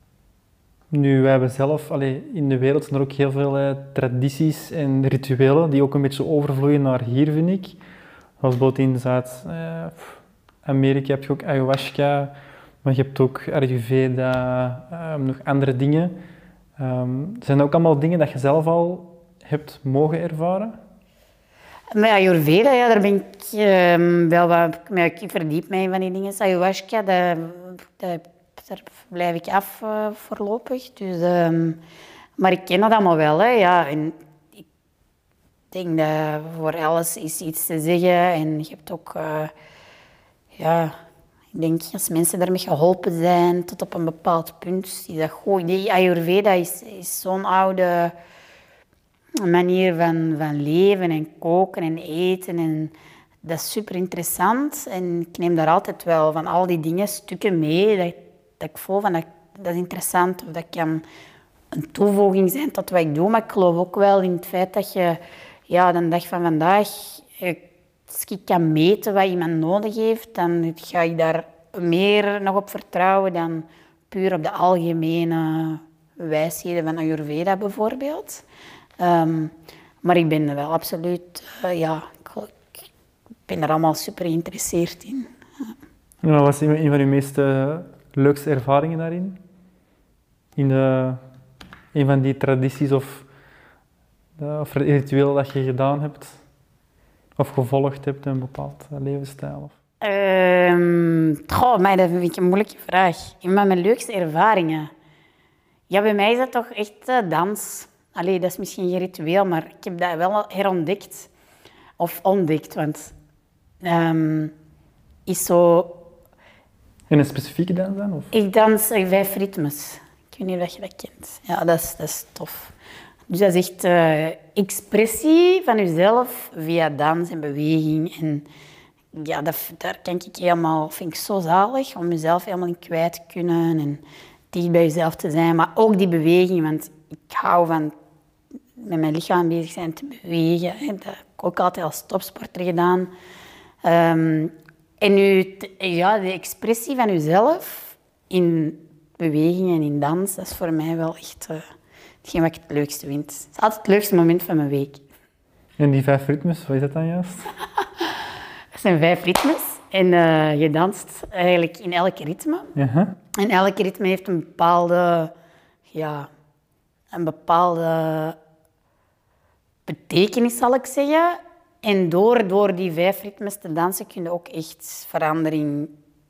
nu, wij hebben zelf, allee, in de wereld zijn er ook heel veel eh, tradities en rituelen die ook een beetje overvloeien naar hier, vind ik. Zoals bijvoorbeeld in Zuid-Amerika heb je ook ayahuasca, maar je hebt ook Ayurveda, um, nog andere dingen. Um, zijn dat ook allemaal dingen dat je zelf al hebt mogen ervaren? Met Ayurveda, ja, daar ben ik um, wel wat... Ik verdiep mij in van die dingen. Ayahuasca, dat, dat, daar blijf ik af uh, voorlopig. Dus, um, maar ik ken dat allemaal wel. Hè, ja. En ik denk dat voor alles is iets te zeggen. En je hebt ook... Uh, ja, ik denk als mensen daarmee geholpen zijn tot op een bepaald punt, is dat goed. Die Ayurveda is, is zo'n oude manier van, van leven en koken en eten. En dat is super interessant. En ik neem daar altijd wel van al die dingen stukken mee. Dat, dat ik voel van dat, dat is interessant. Of dat kan een toevoeging zijn tot wat ik doe. Maar ik geloof ook wel in het feit dat je ja, de dag van vandaag, als ik kan meten wat iemand nodig heeft, dan ga ik daar meer nog op vertrouwen dan puur op de algemene wijsheden van Ayurveda bijvoorbeeld. Um, maar ik ben er wel absoluut, uh, ja, ik, ik ben er allemaal super geïnteresseerd in. Ja. Wat was een van uw meest uh, leukste ervaringen daarin? In de, een van die tradities of, uh, of rituelen dat je gedaan hebt? Of gevolgd hebt in een bepaald uh, levensstijl? Of? Um, goh, maar dat vind ik een moeilijke vraag. Een van mijn leukste ervaringen? Ja, bij mij is dat toch echt uh, dans. Allee, dat is misschien geen ritueel, maar ik heb dat wel herontdekt. Of ontdekt, want... Um, is zo... In een specifieke dans dan? Of? Ik dans uh, vijf ritmes. Ik weet niet of je dat kent. Ja, dat is, dat is tof. Dus dat is echt uh, expressie van jezelf via dans en beweging. En ja, dat, daar kan ik helemaal... vind ik zo zalig om jezelf helemaal in kwijt te kunnen en dicht bij jezelf te zijn. Maar ook die beweging, want ik hou van met mijn lichaam bezig zijn te bewegen. Hè. Dat heb ik ook altijd als topsporter gedaan. Um, En u, ja, de expressie van uzelf in bewegingen en in dans, dat is voor mij wel echt uh, hetgeen wat ik het leukste vind. Het is altijd het leukste moment van mijn week. En die vijf ritmes, wat is dat dan juist? Dat zijn vijf ritmes en uh, je danst eigenlijk in elk ritme. Uh-huh. En elk ritme heeft een bepaalde, ja, een bepaalde betekenis, zal ik zeggen. En door, door die vijf ritmes te dansen kun je ook echt verandering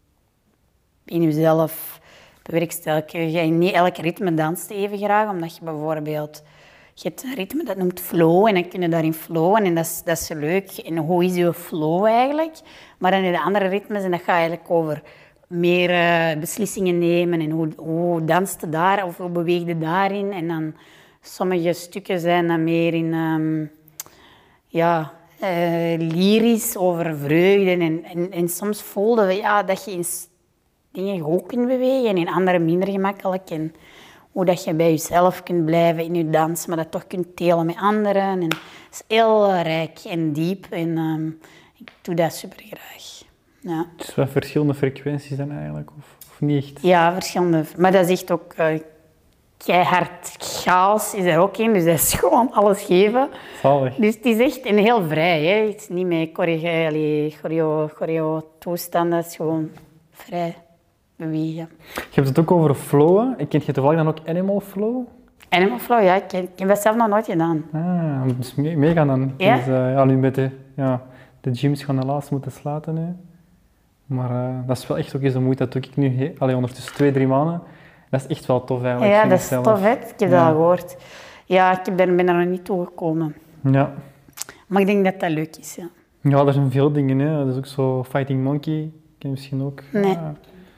in jezelf bewerkstelligen. Je niet elk ritme danst even graag, omdat je bijvoorbeeld... Je hebt een ritme dat noemt flow en dan kun je daarin flowen en dat is, dat is leuk. En hoe is je flow eigenlijk? Maar dan in de andere ritmes, en dat gaat eigenlijk over meer uh, beslissingen nemen en hoe, hoe danst je daar of hoe beweeg je daarin. En dan sommige stukken zijn dan meer in... Um, ja... Uh, lyrisch over vreugde en, en, en soms voelde we ja, dat je in dingen goed kunt bewegen en in andere minder gemakkelijk. En hoe dat je bij jezelf kunt blijven in je dans, maar dat toch kunt delen met anderen. En het is heel uh, rijk en diep en um, ik doe dat super graag. Ja. Dus wat verschillende frequenties dan eigenlijk, of, of niet echt? Ja, verschillende. Maar dat is echt ook... Uh, keihard chaos is er ook in, dus dat is gewoon alles geven. Zalig. Dus het is echt een heel vrij, hè. Het is niet met choreo, choreo toestanden, het is gewoon vrij bewegen. Je hebt het ook over flowen. Ik ken je toevallig dan ook animal flow? Animal flow, ja, ik, ik heb dat zelf nog nooit gedaan. Ah, dus mee, meegaan dan. Ja? Dus, uh, ja, nu met de, ja, de gyms gaan helaas moeten sluiten nu. Maar uh, dat is wel echt ook eens de moeite, dat doe ik nu he- allee, ondertussen twee, drie maanden. Dat is echt wel tof eigenlijk. Ja, dat is zelf. tof, hè? Ik heb ja. dat gehoord. Ja, ik ben er nog niet toe gekomen. Ja. Maar ik denk dat dat leuk is, ja. Ja, er zijn veel dingen, hè. Dat is ook zo Fighting Monkey, ken je misschien ook. Nee. Ja,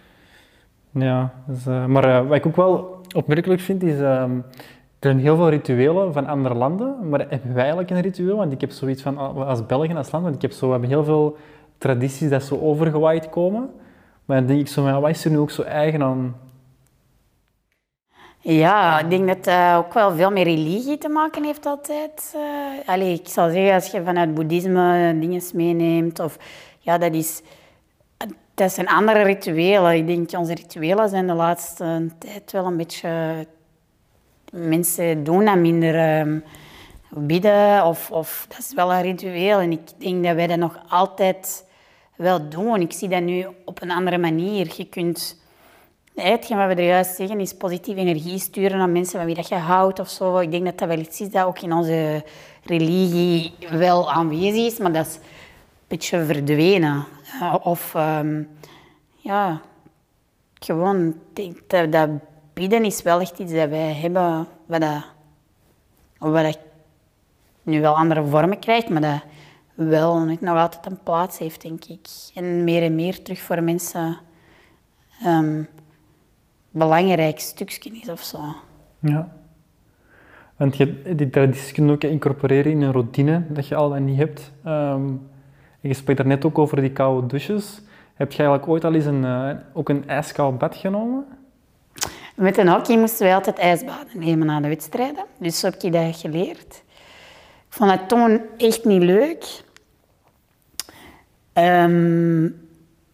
ja dus, uh, maar uh, wat ik ook wel opmerkelijk vind, is... Uh, er zijn heel veel rituelen van andere landen, maar hebben wij eigenlijk een ritueel? Want ik heb zoiets van, als België, als land, want ik heb zo, we hebben heel veel tradities dat zo overgewaaid komen. Maar dan denk ik zo, wat is er nu ook zo eigen aan... Ja, ik denk dat het uh, ook wel veel met religie te maken heeft altijd. Uh, allee, ik zou zeggen, als je vanuit boeddhisme dingen meeneemt, of ja, dat is... Dat zijn andere rituelen. Ik denk, onze rituelen zijn de laatste tijd wel een beetje... Mensen doen dat minder um, bidden, of, of dat is wel een ritueel. En ik denk dat wij dat nog altijd wel doen. Ik zie dat nu op een andere manier. Je kunt... Hetgeen wat we er juist zeggen is positieve energie sturen aan mensen van wie dat je houdt of zo. Ik denk dat dat wel iets is dat ook in onze religie wel aanwezig is, maar dat is een beetje verdwenen. Uh, of um, ja, gewoon, dat, dat bidden is wel echt iets dat wij hebben, wat dat, wat dat nu wel andere vormen krijgt, maar dat wel nog altijd een plaats heeft, denk ik. En meer en meer terug voor mensen... Um, belangrijk stukje is of zo. Ja. Want je, die tradities kun je ook incorporeren in een routine dat je al dan niet hebt. Um, je spreekt daar net ook over die koude douches. Heb je eigenlijk ooit al eens een, uh, ook een ijskoud bad genomen? Met een hockey moesten wij altijd ijsbaden nemen na de wedstrijden. Dus zo heb ik dat geleerd. Ik vond dat toen echt niet leuk. Um,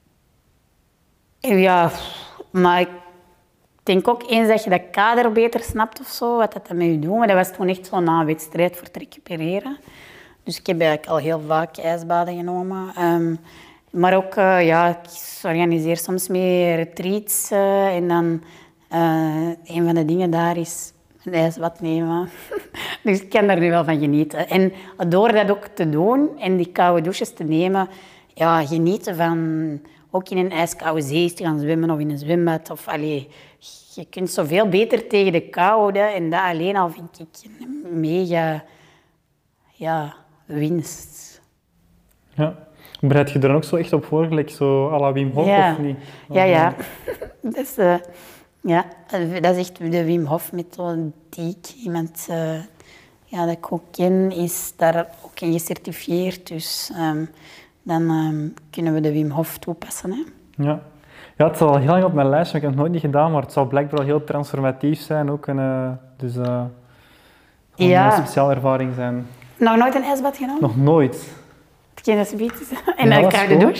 ja, maar ik denk ook eens dat je dat kader beter snapt of zo, wat dat met je doet. Maar dat was toen echt zo na een wedstrijd voor te recupereren. Dus ik heb eigenlijk al heel vaak ijsbaden genomen. Um, maar ook, uh, ja, ik organiseer soms mee retreats. Uh, en dan, uh, een van de dingen daar is een ijsbad nemen. Dus ik kan daar nu wel van genieten. En door dat ook te doen en die koude douches te nemen, ja, genieten van ook in een ijskoude zee te gaan zwemmen of in een zwembad. Of, allee, je kunt zoveel beter tegen de kou houden en dat alleen al vind ik een mega ja, winst. Ja. Bereid je er dan ook zo echt op voor, like zo à la Wim Hof ja. of niet? Ja, ja. dat, is, uh, ja. dat is echt de Wim Hof methode die ik iemand uh, ja, dat ik ook ken, is daar ook in gecertificeerd. Dus um, dan um, kunnen we de Wim Hof toepassen. Hè. Ja. Ja, het staat al heel lang op mijn lijst, maar ik heb het nooit niet gedaan, maar het zou blijkbaar wel heel transformatief zijn ook. En, uh, dus uh, het zal ja. een speciale ervaring zijn. Nog nooit een ijsbad genomen? Nog nooit. Ken je dat zoiets? En ja, dan krijg je de douche?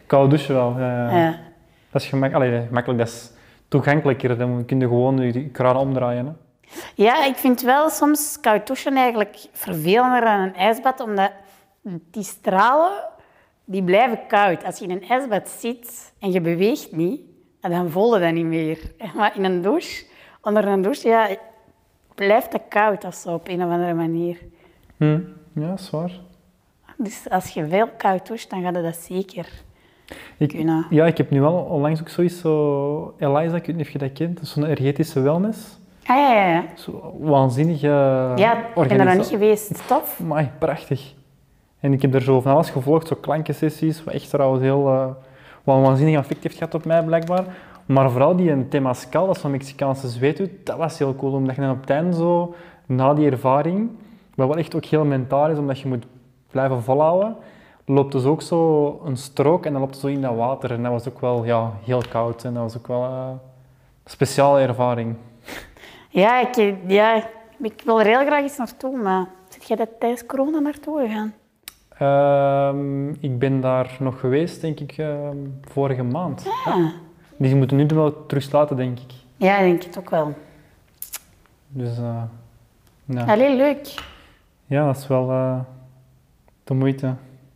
Koude douchen wel, ja. ja. Ja. Dat is gemak Allee, gemakkelijk, dat is toegankelijker. Dan kun je gewoon je kraan omdraaien. Hè. Ja, ik vind wel soms koud douchen eigenlijk vervelender dan een ijsbad, omdat die stralen die blijven koud. Als je in een ijsbad zit en je beweegt niet, dan voel je dat niet meer. Maar in een douche, onder een douche, ja, blijft het koud of zo, op een of andere manier. Hm. Ja, dat is waar. Dus als je veel koud doucht, dan gaat je dat zeker ik, kunnen. Ja, ik heb nu wel onlangs ook zoiets, zo Eliza, ik weet niet of je dat kent, zo'n energetische wellness. Ah, ja, ja, ja. Zo waanzinnige Ja, ik ben er nog niet geweest. Tof. Amai, prachtig. En ik heb er zo van alles gevolgd, zo klankensessies, wat echt trouwens heel, uh, wat een waanzinnig effect heeft gehad op mij blijkbaar. Maar vooral die een Temazcal, dat is zo'n Mexicaanse zweethoed, dat was heel cool, omdat je dan op het einde zo, na die ervaring, wat wel echt ook heel mentaal is, omdat je moet blijven volhouden, loopt dus ook zo een strook en dan loopt het zo in dat water. En dat was ook wel ja, heel koud en dat was ook wel uh, een speciale ervaring. Ja ik, ja, ik wil er heel graag eens naartoe, maar zit jij dat tijdens corona naartoe gegaan? Uh, ik ben daar nog geweest, denk ik, uh, vorige maand. Ja. Ja. Die moeten nu wel terugsluiten, denk ik. Ja, ik denk het ook wel. Dus, uh, ja. Allee, leuk. Ja, dat is wel uh, de moeite.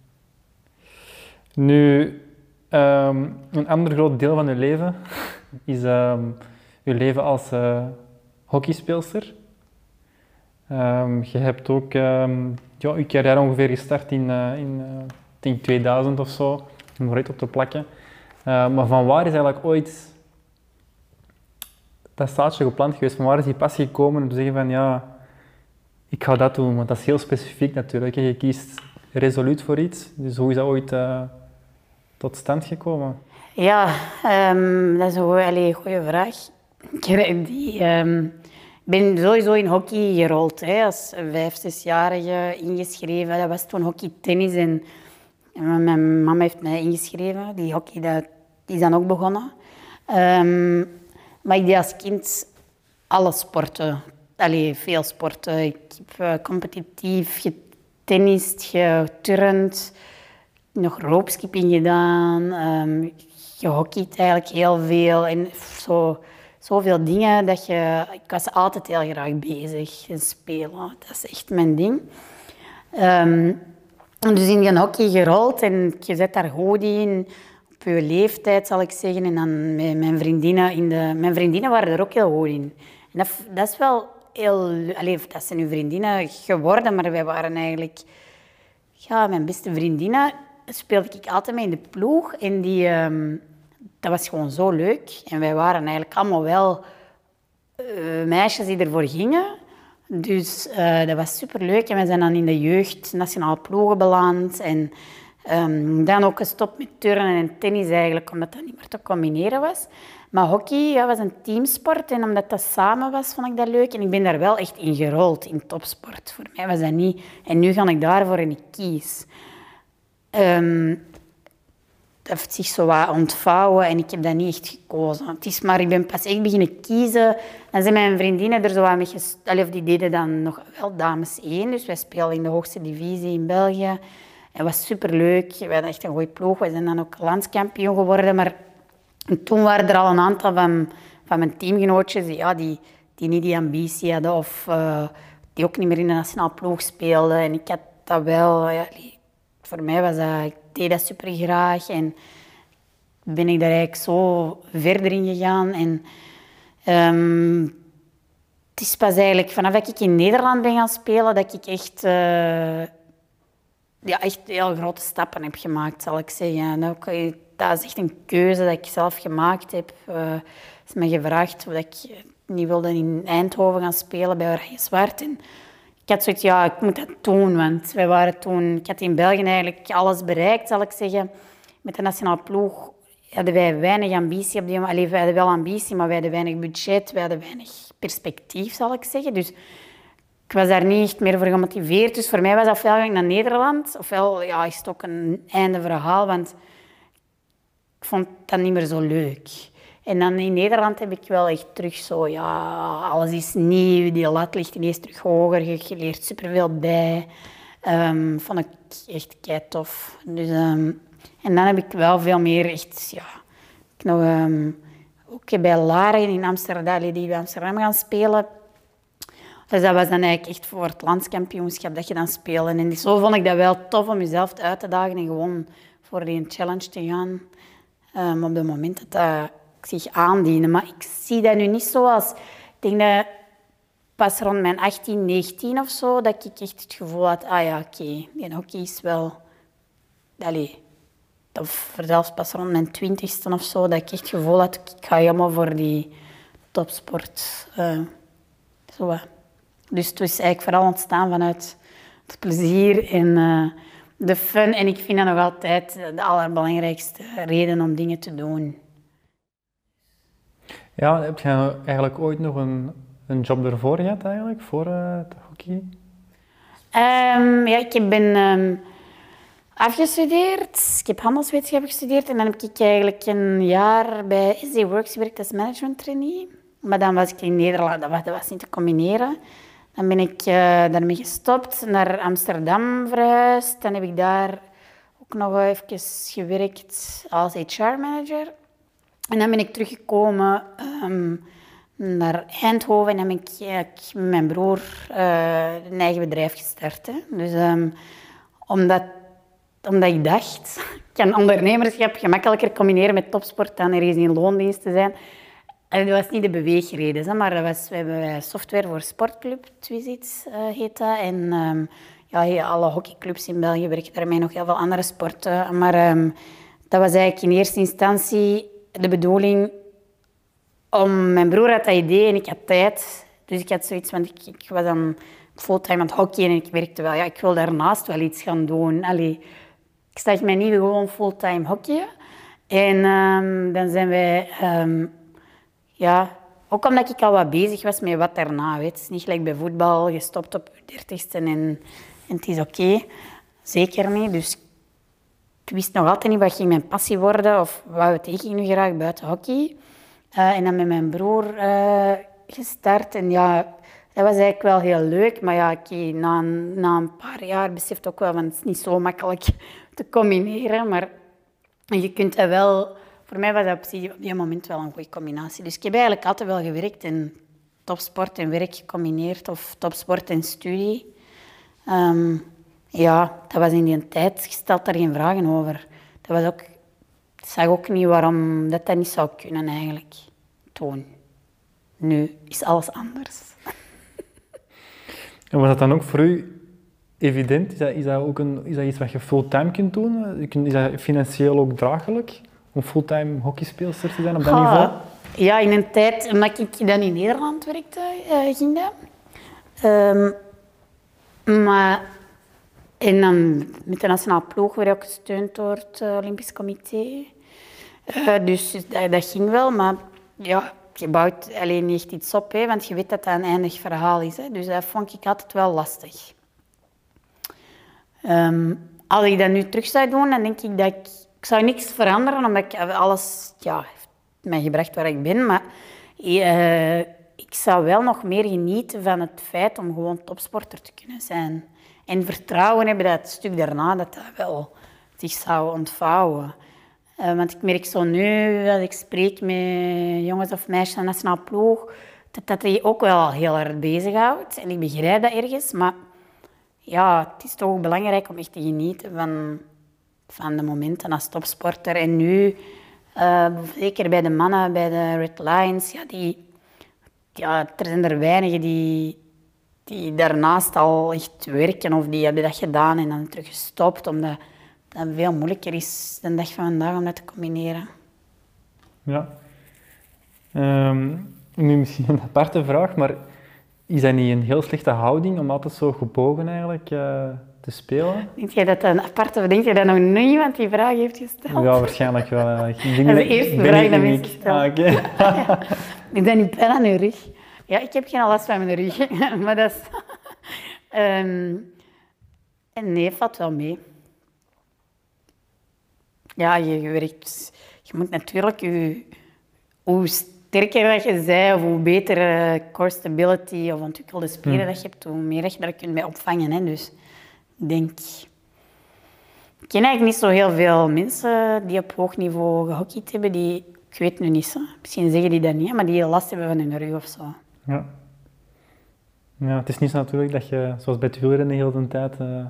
Nu, um, een ander groot deel van je leven is um, je leven als uh, hockeyspeelster. Um, je hebt ook um, ja, je carrière ongeveer gestart in, uh, in uh, ik denk tweeduizend of zo, om eruit op te plakken. Uh, maar van waar is eigenlijk ooit dat zaadje geplant geweest? Van waar is die passie gekomen om te zeggen van ja, ik ga dat doen? Want dat is heel specifiek natuurlijk. Je kiest resoluut voor iets. Dus hoe is dat ooit uh, tot stand gekomen? Ja, um, dat is een goede vraag. Ik die, um, ben sowieso in hockey gerold. Hè. Als vijf, zesjarige ingeschreven. Dat was toen hockey-tennis. En, en mijn mama heeft mij ingeschreven. Die hockey dat, die is dan ook begonnen. Um, maar ik deed als kind alle sporten. Allee, veel sporten. Ik heb uh, competitief getennist, geturnd, nog ropeskipping gedaan, um, gehockeyd eigenlijk heel veel. En zo, zoveel dingen dat je... Ik was altijd heel graag bezig en spelen. Dat is echt mijn ding. Um, dus in die hockey gerold en je zet daar goed in. Op je leeftijd, zal ik zeggen. En dan met mijn vriendinnen... In de, mijn vriendinnen waren er ook heel goed in. En dat, dat is wel heel... Allee, dat zijn nu vriendinnen geworden, maar wij waren eigenlijk... Ja, mijn beste vriendinnen speelde ik altijd mee in de ploeg. En die, um, dat was gewoon zo leuk. En wij waren eigenlijk allemaal wel uh, meisjes die ervoor gingen. Dus uh, dat was superleuk. En wij zijn dan in de jeugd nationale ploegen beland. En um, dan ook gestopt met turnen en tennis eigenlijk, omdat dat niet meer te combineren was. Maar hockey ja, was een teamsport en omdat dat samen was, vond ik dat leuk. En ik ben daar wel echt in gerold, in topsport. Voor mij was dat niet... En nu ga ik daarvoor en ik kies. Um, dat heeft zich zo wat ontvouwen en ik heb dat niet echt gekozen. Het is maar, ik ben pas echt beginnen kiezen. Dan zijn mijn vriendinnen er zo wat mee gestopt. Of die deden dan nog wel dames één. Dus wij speelden in de hoogste divisie in België. Het was superleuk. We hadden echt een goede ploeg. We zijn dan ook landskampioen geworden. Maar en toen waren er al een aantal van, van mijn teamgenootjes die, ja, die, die niet die ambitie hadden of uh, die ook niet meer in de nationale ploeg speelden. En ik had dat wel. Ja, voor mij was dat, ik deed dat super graag en ben ik daar eigenlijk zo verder in gegaan. En, um, het is pas eigenlijk vanaf dat ik in Nederland ben gaan spelen dat ik echt, uh, ja, echt heel grote stappen heb gemaakt, zal ik zeggen. Dat, ook, dat is echt een keuze dat ik zelf gemaakt heb. Uh, is me gevraagd of ik niet wilde in Eindhoven gaan spelen bij Oranje Zwart. En ik had zoiets, ja, ik moet dat doen, want wij waren toen... Ik had in België eigenlijk alles bereikt, zal ik zeggen. Met de nationale ploeg hadden wij weinig ambitie op die moment. Allee, wij hadden wel ambitie, maar wij hadden weinig budget, wij hadden weinig perspectief, zal ik zeggen. Dus ik was daar niet echt meer voor gemotiveerd. Dus voor mij was ofwel ging ik naar Nederland, ofwel ja, is het ook een einde verhaal, want ik vond dat niet meer zo leuk. En dan in Nederland heb ik wel echt terug zo, ja, alles is nieuw, die lat ligt ineens terug hoger, je leert superveel bij. Um, vond ik echt kei tof. Dus um, en dan heb ik wel veel meer echt, ja, ik nog um, ook bij Laren in Amsterdam, die bij Amsterdam gaan spelen. Dus dat was dan eigenlijk echt voor het landskampioenschap dat je dan speelde. En zo vond ik dat wel tof om jezelf uit te dagen en gewoon voor die challenge te gaan. Um, op het moment dat dat zich aandiende. Maar ik zie dat nu niet zo als... Ik denk dat pas rond mijn achttien, negentien of zo, dat ik echt het gevoel had, ah ja, oké, okay, die hockey is wel... Allee, of zelfs pas rond mijn twintigste of zo, dat ik echt het gevoel had, ik ga helemaal voor die topsport. Uh, zo wat. Dus het is eigenlijk vooral ontstaan vanuit het plezier en uh, de fun. En ik vind dat nog altijd de allerbelangrijkste reden om dingen te doen. Ja, heb je eigenlijk ooit nog een, een job ervoor gehad eigenlijk, voor uh, het hockey? Um, ja, ik ben um, afgestudeerd. Ik heb handelswetenschap gestudeerd en dan heb ik eigenlijk een jaar bij S D Works gewerkt als management trainee. Maar dan was ik in Nederland, dat was, dat was niet te combineren. Dan ben ik uh, daarmee gestopt, naar Amsterdam verhuisd. Dan heb ik daar ook nog even gewerkt als H R-manager. En dan ben ik teruggekomen um, naar Eindhoven en dan ben ik, uh, ik met mijn broer uh, een eigen bedrijf gestart. Hè. Dus um, omdat, omdat ik dacht, ik kan ondernemerschap gemakkelijker combineren met topsport dan ergens in loondienst te zijn. En dat was niet de beweegreden, maar dat was, we hebben software voor sportclub, Twisit uh, heet dat. En um, ja, alle hockeyclubs in België werken daarmee, nog heel veel andere sporten. Maar um, dat was eigenlijk in eerste instantie de bedoeling om... Mijn broer had dat idee en ik had tijd. Dus ik had zoiets, want ik, ik was dan fulltime aan het hockeyen en ik werkte wel. Ja, ik wil daarnaast wel iets gaan doen. Allee, ik zag mij niet gewoon fulltime hockeyen. En um, dan zijn wij... Um, Ja, ook omdat ik al wat bezig was met wat daarna. Weet. Het is niet gelijk bij voetbal, je stopt op je dertigste en, en het is oké. Okay. Zeker niet. Dus ik wist nog altijd niet wat ging mijn passie worden of wat deed ik nu graag buiten hockey. Uh, en dan met mijn broer uh, gestart. En ja, dat was eigenlijk wel heel leuk. Maar ja, okay, na, na een paar jaar besefte ik ook wel, want het is niet zo makkelijk te combineren. Maar je kunt dat wel... Voor mij was dat op die moment wel een goede combinatie. Dus ik heb eigenlijk altijd wel gewerkt in topsport en werk gecombineerd of topsport en studie. Um, ja, dat was in die tijd, je stelt daar geen vragen over. Dat was ook, ik zag ook niet waarom dat, dat niet zou kunnen eigenlijk, toen. Nu is alles anders. En was dat dan ook voor u evident? Is dat, is dat, ook een, is dat iets wat je fulltime kunt doen? Is dat financieel ook draaglijk? Om fulltime hockeyspeelster te zijn op dat ah, niveau? Ja, in een tijd, omdat ik dan in Nederland werkte, uh, ging dat. Um, maar en dan met de nationale ploeg werd ik ook gesteund door het Olympisch Comité. Uh, dus dat, dat ging wel, maar ja, je bouwt alleen niet echt iets op, hè, want je weet dat dat een eindig verhaal is. Hè, dus dat vond ik altijd wel lastig. Um, als ik dat nu terug zou doen, dan denk ik dat ik... Ik zou niks veranderen, omdat ik alles ja, heeft mij gebracht waar ik ben. Maar uh, ik zou wel nog meer genieten van het feit om gewoon topsporter te kunnen zijn. En vertrouwen hebben dat het stuk daarna dat dat wel zich zou ontvouwen. Uh, want ik merk zo nu, als ik spreek met jongens of meisjes van de nationale ploeg, dat dat die ook wel heel erg bezighoudt. En ik begrijp dat ergens, maar ja, het is toch ook belangrijk om echt te genieten van... van de momenten als topsporter. En nu, uh, zeker bij de mannen, bij de Red Lions, ja, die, ja, er zijn er weinigen die, die daarnaast al echt werken of die hebben dat gedaan en dan terug gestopt, omdat het veel moeilijker is de dag van vandaag om dat te combineren. Ja. Um, nu misschien een aparte vraag, maar is dat niet een heel slechte houding om altijd zo gebogen eigenlijk... Uh... te spelen. Denk jij dat een aparte, of denk je dat nog nooit iemand die vraag heeft gesteld? Ja, waarschijnlijk wel. Ik denk dat is de eerste vraag dat mensen stellen. Ah, okay. Ja. Ik ben niet pijn aan uw rug. Ja, ik heb geen last van mijn rug, maar dat is... um, en nee, valt wel mee. Ja, je, je werkt... Je moet natuurlijk... Je, hoe sterker dat je bent, of hoe beter uh, core stability of ontwikkelde spieren hmm. dat je hebt, hoe meer dat je daar kunt bij opvangen. Hè. Dus... Ik denk, Ik ken eigenlijk niet zo heel veel mensen die op hoog niveau gehockeyd hebben, die, ik weet nu niet zo, misschien zeggen die dat niet, maar die last hebben van hun rug of zo. Ja. Ja, het is niet zo natuurlijk dat je, zoals bij het wielrennen, de hele tijd... Uh...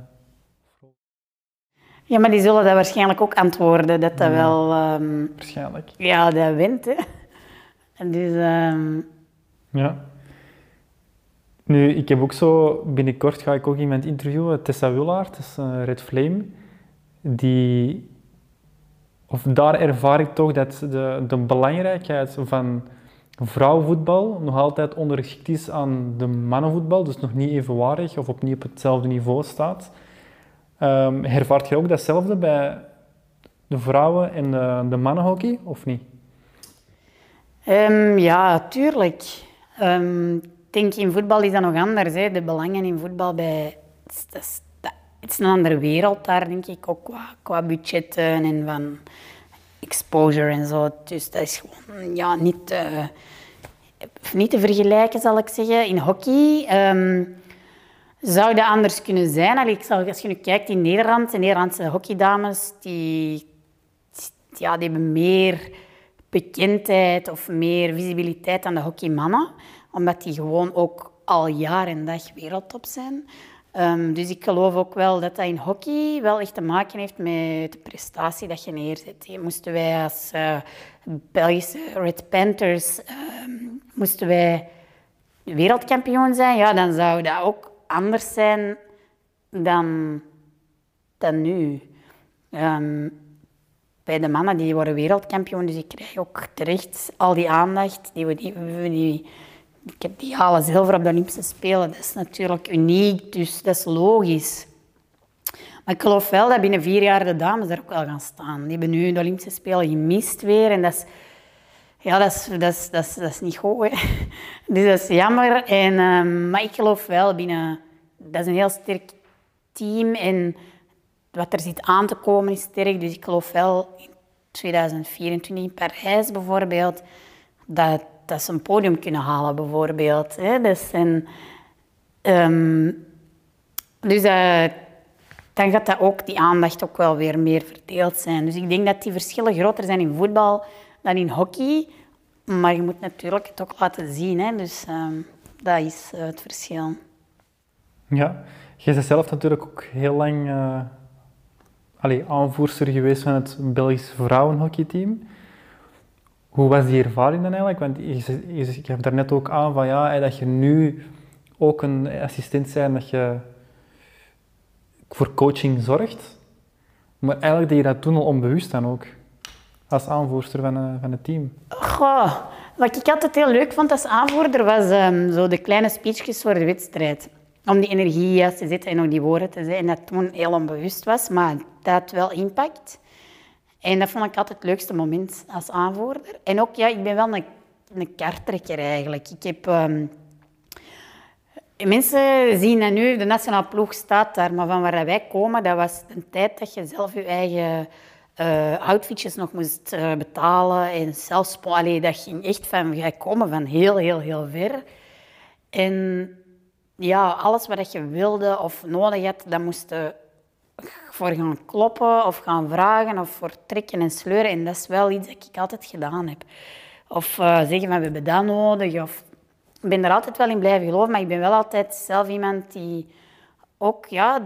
Ja, maar die zullen dat waarschijnlijk ook antwoorden, dat dat ja. wel... Um, waarschijnlijk. Ja, dat wint, hè. En dus... Um... Ja. Nu, ik heb ook zo... Binnenkort ga ik ook iemand interviewen, Tessa Willaert, dat is uh, Red Flame, die... Of daar ervaar ik toch dat de, de belangrijkheid van vrouwenvoetbal nog altijd ondergeschikt is aan de mannenvoetbal, dus nog niet evenwaardig of opnieuw op hetzelfde niveau staat. Um, ervaart je ook datzelfde bij de vrouwen en de, de mannenhockey, of niet? Um, ja, tuurlijk. Um, ik denk in voetbal is dat nog anders. Hè. De belangen in voetbal bij... Dat is, dat, het is een andere wereld daar, denk ik, ook qua, qua budgetten en van exposure en zo. Dus dat is gewoon ja, niet, uh, niet te vergelijken, zal ik zeggen. In hockey um, zou dat anders kunnen zijn. Allee, ik zal, als je nu kijkt in Nederland, de Nederlandse hockeydames, die, ja, die hebben meer bekendheid of meer visibiliteit dan de hockeymannen, omdat die gewoon ook al jaar en dag wereldtop zijn. Um, dus ik geloof ook wel dat dat in hockey wel echt te maken heeft met de prestatie dat je neerzet. He. Moesten wij als uh, Belgische Red Panthers um, moesten wij wereldkampioen zijn, ja, dan zou dat ook anders zijn dan, dan nu. Um, bij de mannen die worden wereldkampioen, dus ik krijg ook terecht al die aandacht. Die, die, die, ik heb die halen zilver op de Olympische Spelen. Dat is natuurlijk uniek, dus dat is logisch. Maar ik geloof wel dat binnen vier jaar de dames er ook wel gaan staan. Die hebben nu de Olympische Spelen gemist weer. En dat is, ja, dat is, dat is, dat is, dat is niet goed. Hè. Dus dat is jammer. En, um, maar ik geloof wel binnen... Dat is een heel sterk team. En wat er zit aan te komen is sterk. Dus ik geloof wel in tweeduizend vierentwintig in Parijs bijvoorbeeld... dat dat ze een podium kunnen halen, bijvoorbeeld. Hè. Dus, en, um, dus uh, dan gaat dat ook, die aandacht ook wel weer meer verdeeld zijn. Dus ik denk dat die verschillen groter zijn in voetbal dan in hockey. Maar je moet natuurlijk het ook laten zien. Hè. Dus um, dat is uh, het verschil. Ja, jij bent zelf natuurlijk ook heel lang uh, allez, aanvoerster geweest van het Belgisch vrouwenhockeyteam. Hoe was die ervaring dan eigenlijk? Want je, je, je gaf daarnet ook aan van, ja, dat je nu ook een assistent bent, dat je voor coaching zorgt. Maar eigenlijk deed je dat toen al onbewust dan ook, als aanvoerster van, uh, van het team. Goh, wat ik altijd heel leuk vond als aanvoerder was um, zo de kleine speechjes voor de wedstrijd. Om die energie juist te zetten en om die woorden te zeggen. En dat toen heel onbewust was, maar dat had wel impact. En dat vond ik altijd het leukste moment als aanvoerder. En ook, ja, ik ben wel een, een karttrekker eigenlijk. Ik heb... Um, mensen zien dat nu, de nationale ploeg staat daar, maar van waar wij komen, dat was een tijd dat je zelf je eigen uh, outfitjes nog moest uh, betalen. En zelfs, allee, dat ging echt van, jij komen van heel, heel, heel ver. En ja, alles wat je wilde of nodig had, dat moest je voor gaan kloppen of gaan vragen of voor trekken en sleuren. En dat is wel iets dat ik altijd gedaan heb. Of uh, zeggen van, we hebben dat nodig. Of... Ik ben er altijd wel in blijven geloven, maar ik ben wel altijd zelf iemand die ook, ja,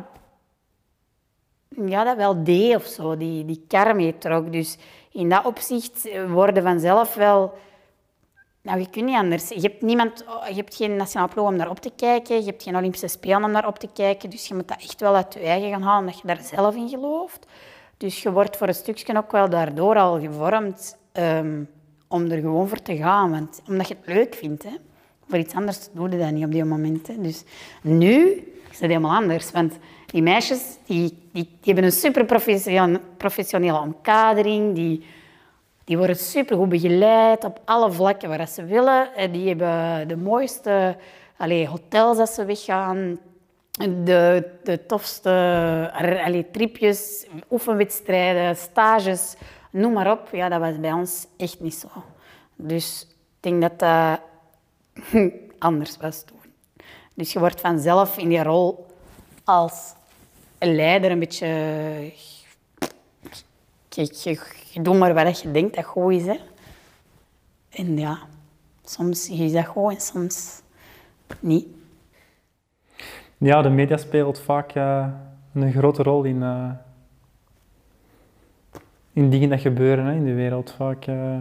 ja dat wel deed of zo, die, die kar meetrok. Dus in dat opzicht worden vanzelf wel... Nou, je kunt niet anders. Je hebt, niemand, je hebt geen nationale ploeg om naar op te kijken, je hebt geen Olympische Spelen om naar op te kijken, dus je moet dat echt wel uit je eigen gaan halen, omdat je daar zelf in gelooft. Dus je wordt voor een stukje ook wel daardoor al gevormd um, om er gewoon voor te gaan, want, omdat je het leuk vindt. Hè. Voor iets anders doe je dat niet op die moment. Hè. Dus nu is het helemaal anders, want die meisjes die, die, die hebben een super professionele omkadering, die... Die worden supergoed begeleid op alle vlakken waar ze willen. Die hebben de mooiste allez, hotels als ze weggaan. De, de tofste allez, tripjes, oefenwedstrijden, stages, noem maar op. Ja, dat was bij ons echt niet zo. Dus ik denk dat dat anders was toen. Dus je wordt vanzelf in die rol als leider een beetje je, je, je doet maar wat je denkt dat goed is. Hè. En ja, soms is dat goed en soms niet. Ja, de media speelt vaak uh, een grote rol in, uh, in dingen die gebeuren hè, in de wereld. Vaak, uh...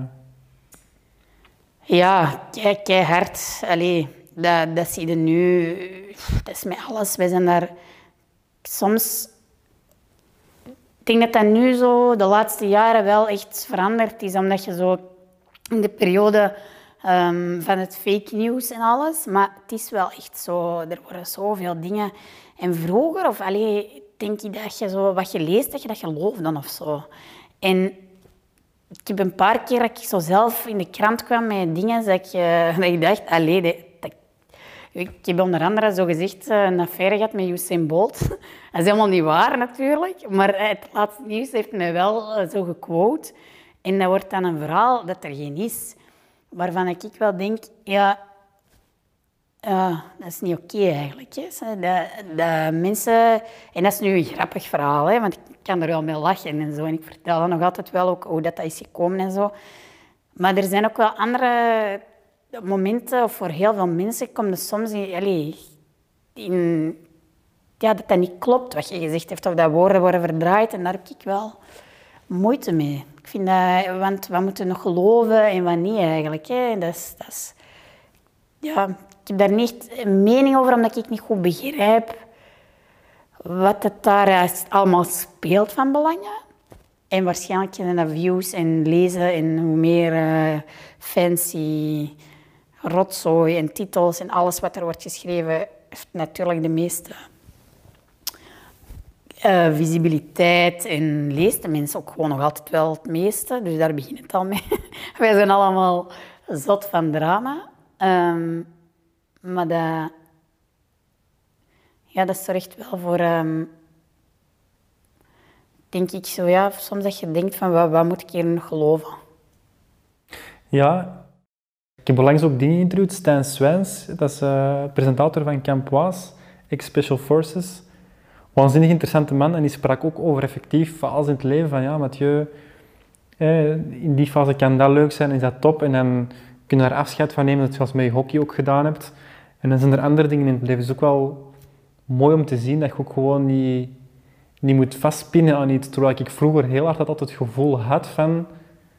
Ja, kijk, kijk hard. Allee, dat, dat zie je nu. Dat is met alles. Wij zijn daar soms... Ik denk dat dat nu zo de laatste jaren wel echt veranderd is, omdat je zo in de periode um, van het fake news en alles, maar het is wel echt zo, er worden zoveel dingen. En vroeger, of allee, denk ik dat je zo wat je leest, dat je dat geloofde of zo. En ik heb een paar keer dat ik zo zelf in de krant kwam met dingen dat ik, uh, dat ik dacht, allee, dat, dat, ik heb onder andere zo gezegd uh, een affaire gehad met Usain Bolt. Dat is helemaal niet waar natuurlijk, maar het laatste nieuws heeft mij wel uh, zo gequote. En dat wordt dan een verhaal dat er geen is, waarvan ik wel denk, ja, uh, dat is niet oké okay eigenlijk. Hè. Dat, dat mensen, en dat is nu een grappig verhaal, hè, want ik kan er wel mee lachen en zo. En ik vertel dan nog altijd wel ook hoe dat, dat is gekomen en zo. Maar er zijn ook wel andere momenten, of voor heel veel mensen komt het soms in, allez, in ja, dat dat niet klopt wat je gezegd hebt, of dat woorden worden verdraaid. En daar heb ik wel moeite mee. Ik vind dat, want we moeten nog geloven en wat niet eigenlijk. Hè. Dat is, dat is, ja, ik heb daar niet een mening over, omdat ik niet goed begrijp wat het daar allemaal speelt van belangen. En waarschijnlijk zijn dat views en lezen en hoe meer uh, fancy rotzooi en titels en alles wat er wordt geschreven, heeft natuurlijk de meeste uh, visibiliteit en leest de mensen ook gewoon nog altijd wel het meeste. Dus daar begint het al mee. Wij zijn allemaal zot van drama. Um, maar dat, ja, dat zorgt wel voor, um, denk ik zo, ja, soms dat je denkt van, wat, wat moet ik hier nog geloven? Ja, ik heb onlangs ook die geïnterviewd, Stijn Swijns, dat is uh, presentator van Camp Waas, ex-Special Forces. Waanzinnig interessante man en die sprak ook over effectief alles in het leven van, ja, Mathieu, eh, in die fase kan dat leuk zijn, is dat top en dan kun je daar afscheid van nemen, zoals je met je hockey ook gedaan hebt. En dan zijn er andere dingen in het leven. Het is ook wel mooi om te zien dat je ook gewoon niet, niet moet vastpinnen aan iets. Terwijl ik vroeger heel hard altijd het gevoel had van,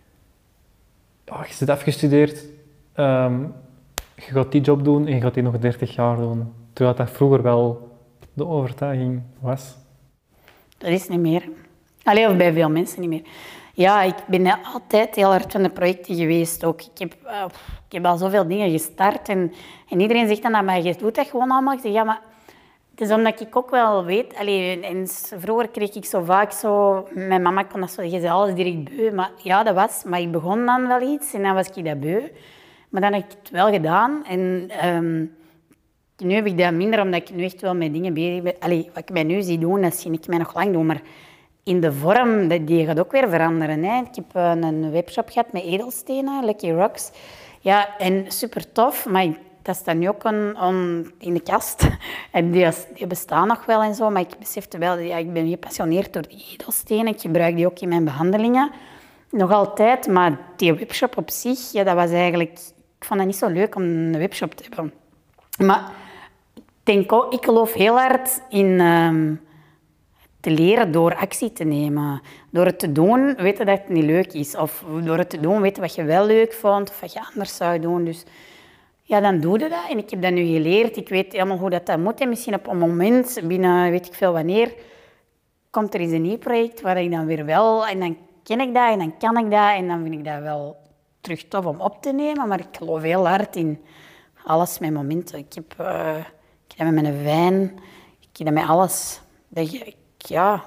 oh, je zit afgestudeerd, um, je gaat die job doen en je gaat die nog dertig jaar doen. Terwijl dat vroeger wel de overtuiging was. Dat is niet meer. Allee, of bij veel mensen niet meer. Ja, ik ben altijd heel hard van de projecten geweest ook. Ik heb, uh, ik heb al zoveel dingen gestart en, en iedereen zegt dan dat, maar je doet dat gewoon allemaal. Ik zeg, ja, maar het is omdat ik ook wel weet... Allee, en vroeger kreeg ik zo vaak zo... Mijn mama kon dat zo zeggen, je alles direct beu. Maar ja, dat was... Maar ik begon dan wel iets en dan was ik dat beu. Maar dan heb ik het wel gedaan. En um, nu heb ik dat minder, omdat ik nu echt wel met dingen bezig ben. Allee, wat ik mij nu zie doen, dat zie ik mij nog lang doen. Maar in de vorm, die gaat ook weer veranderen. Hè. Ik heb een webshop gehad met edelstenen, Lucky Rocks. Ja, en super tof, maar dat staat nu ook on, on in de kast. En die, die bestaan nog wel en zo, maar ik besefte wel, ja, ik ben gepassioneerd door die edelstenen. Ik gebruik die ook in mijn behandelingen. Nog altijd, maar die webshop op zich, ja, dat was eigenlijk... Ik vond het niet zo leuk om een webshop te hebben. Maar ik denk ook, ik geloof heel hard in... Um, te leren door actie te nemen. Door het te doen, weten dat het niet leuk is. Of door het te doen, weten wat je wel leuk vond of wat je anders zou doen. Dus ja, dan doe je dat. En ik heb dat nu geleerd. Ik weet helemaal hoe dat, dat moet. En misschien op een moment, binnen weet ik veel wanneer, komt er eens een nieuw project waar ik dan weer wel... En dan ken ik dat en dan kan ik dat. En dan vind ik dat wel terug tof om op te nemen. Maar ik geloof heel hard in alles met momenten. Ik heb, uh, ik heb dat met mijn wijn. Ik heb dat met alles. Dat je... Ja,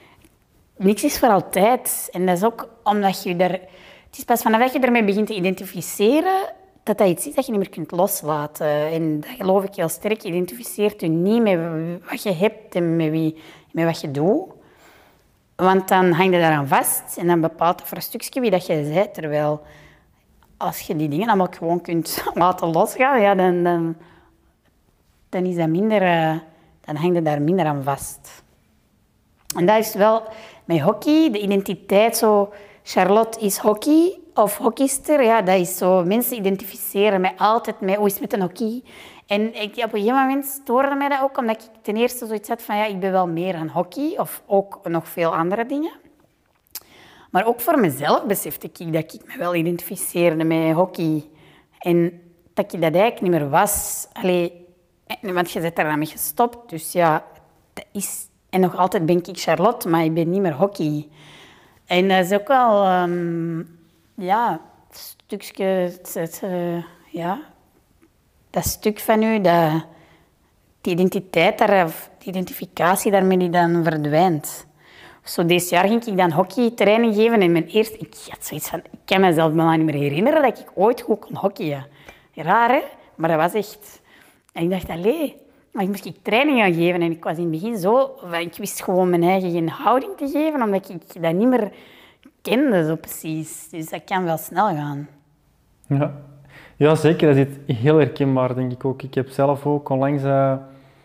niks is voor altijd. En dat is ook omdat je er... Het is pas vanaf dat je ermee begint te identificeren, dat dat iets is dat je niet meer kunt loslaten. En dat geloof ik heel sterk. Je identificeert je niet met wat je hebt en met, wie, met wat je doet. Want dan hang je daaraan vast en dan bepaalt dat voor een stukje wie dat je bent. Terwijl als je die dingen allemaal gewoon kunt laten losgaan, ja, dan, dan, dan is dat minder... Dan hang je daar minder aan vast. En dat is wel met hockey, de identiteit zo... Charlotte is hockey of hockeyster, ja, dat is zo... Mensen identificeren mij altijd met hoe is het met een hockey. En ik, op een gegeven moment stoorde mij dat ook, omdat ik ten eerste zoiets had van, ja, ik ben wel meer aan hockey, of ook nog veel andere dingen. Maar ook voor mezelf besefte ik dat ik me wel identificeerde met hockey. En dat ik dat eigenlijk niet meer was. Allee, want je bent daar dan mee gestopt, dus ja, dat is... En nog altijd ben ik Charlotte, maar ik ben niet meer hockey. En dat is ook wel, um, ja, een stukje, het, het, uh, ja, dat stuk van u, dat, die identiteit, daar, of die identificatie daarmee die dan verdwijnt. Zo deze jaar ging ik dan hockeytraining geven en mijn eerste, ik had zoiets van, ik kan mezelf bijna niet meer herinneren dat ik ooit goed kon hockeyen. Raar, hè? Maar dat was echt... En ik dacht, allee, maar ik moest ik training gaan geven en ik was in het begin zo, ik wist gewoon mijn eigen geen houding te geven, omdat ik dat niet meer kende zo precies. Dus dat kan wel snel gaan. Ja, ja zeker. Dat is heel herkenbaar, denk ik ook. Ik heb zelf ook onlangs uh,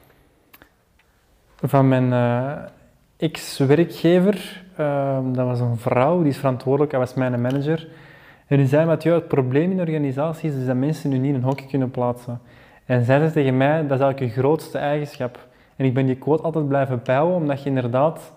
van mijn uh, ex-werkgever, uh, dat was een vrouw, die is verantwoordelijk, dat was mijn manager. En die zei met jou, het probleem in organisaties is dat mensen nu niet in een hokje kunnen plaatsen. En zij zei tegen mij, dat is eigenlijk je grootste eigenschap. En ik ben die quote altijd blijven bijhouden, omdat je inderdaad...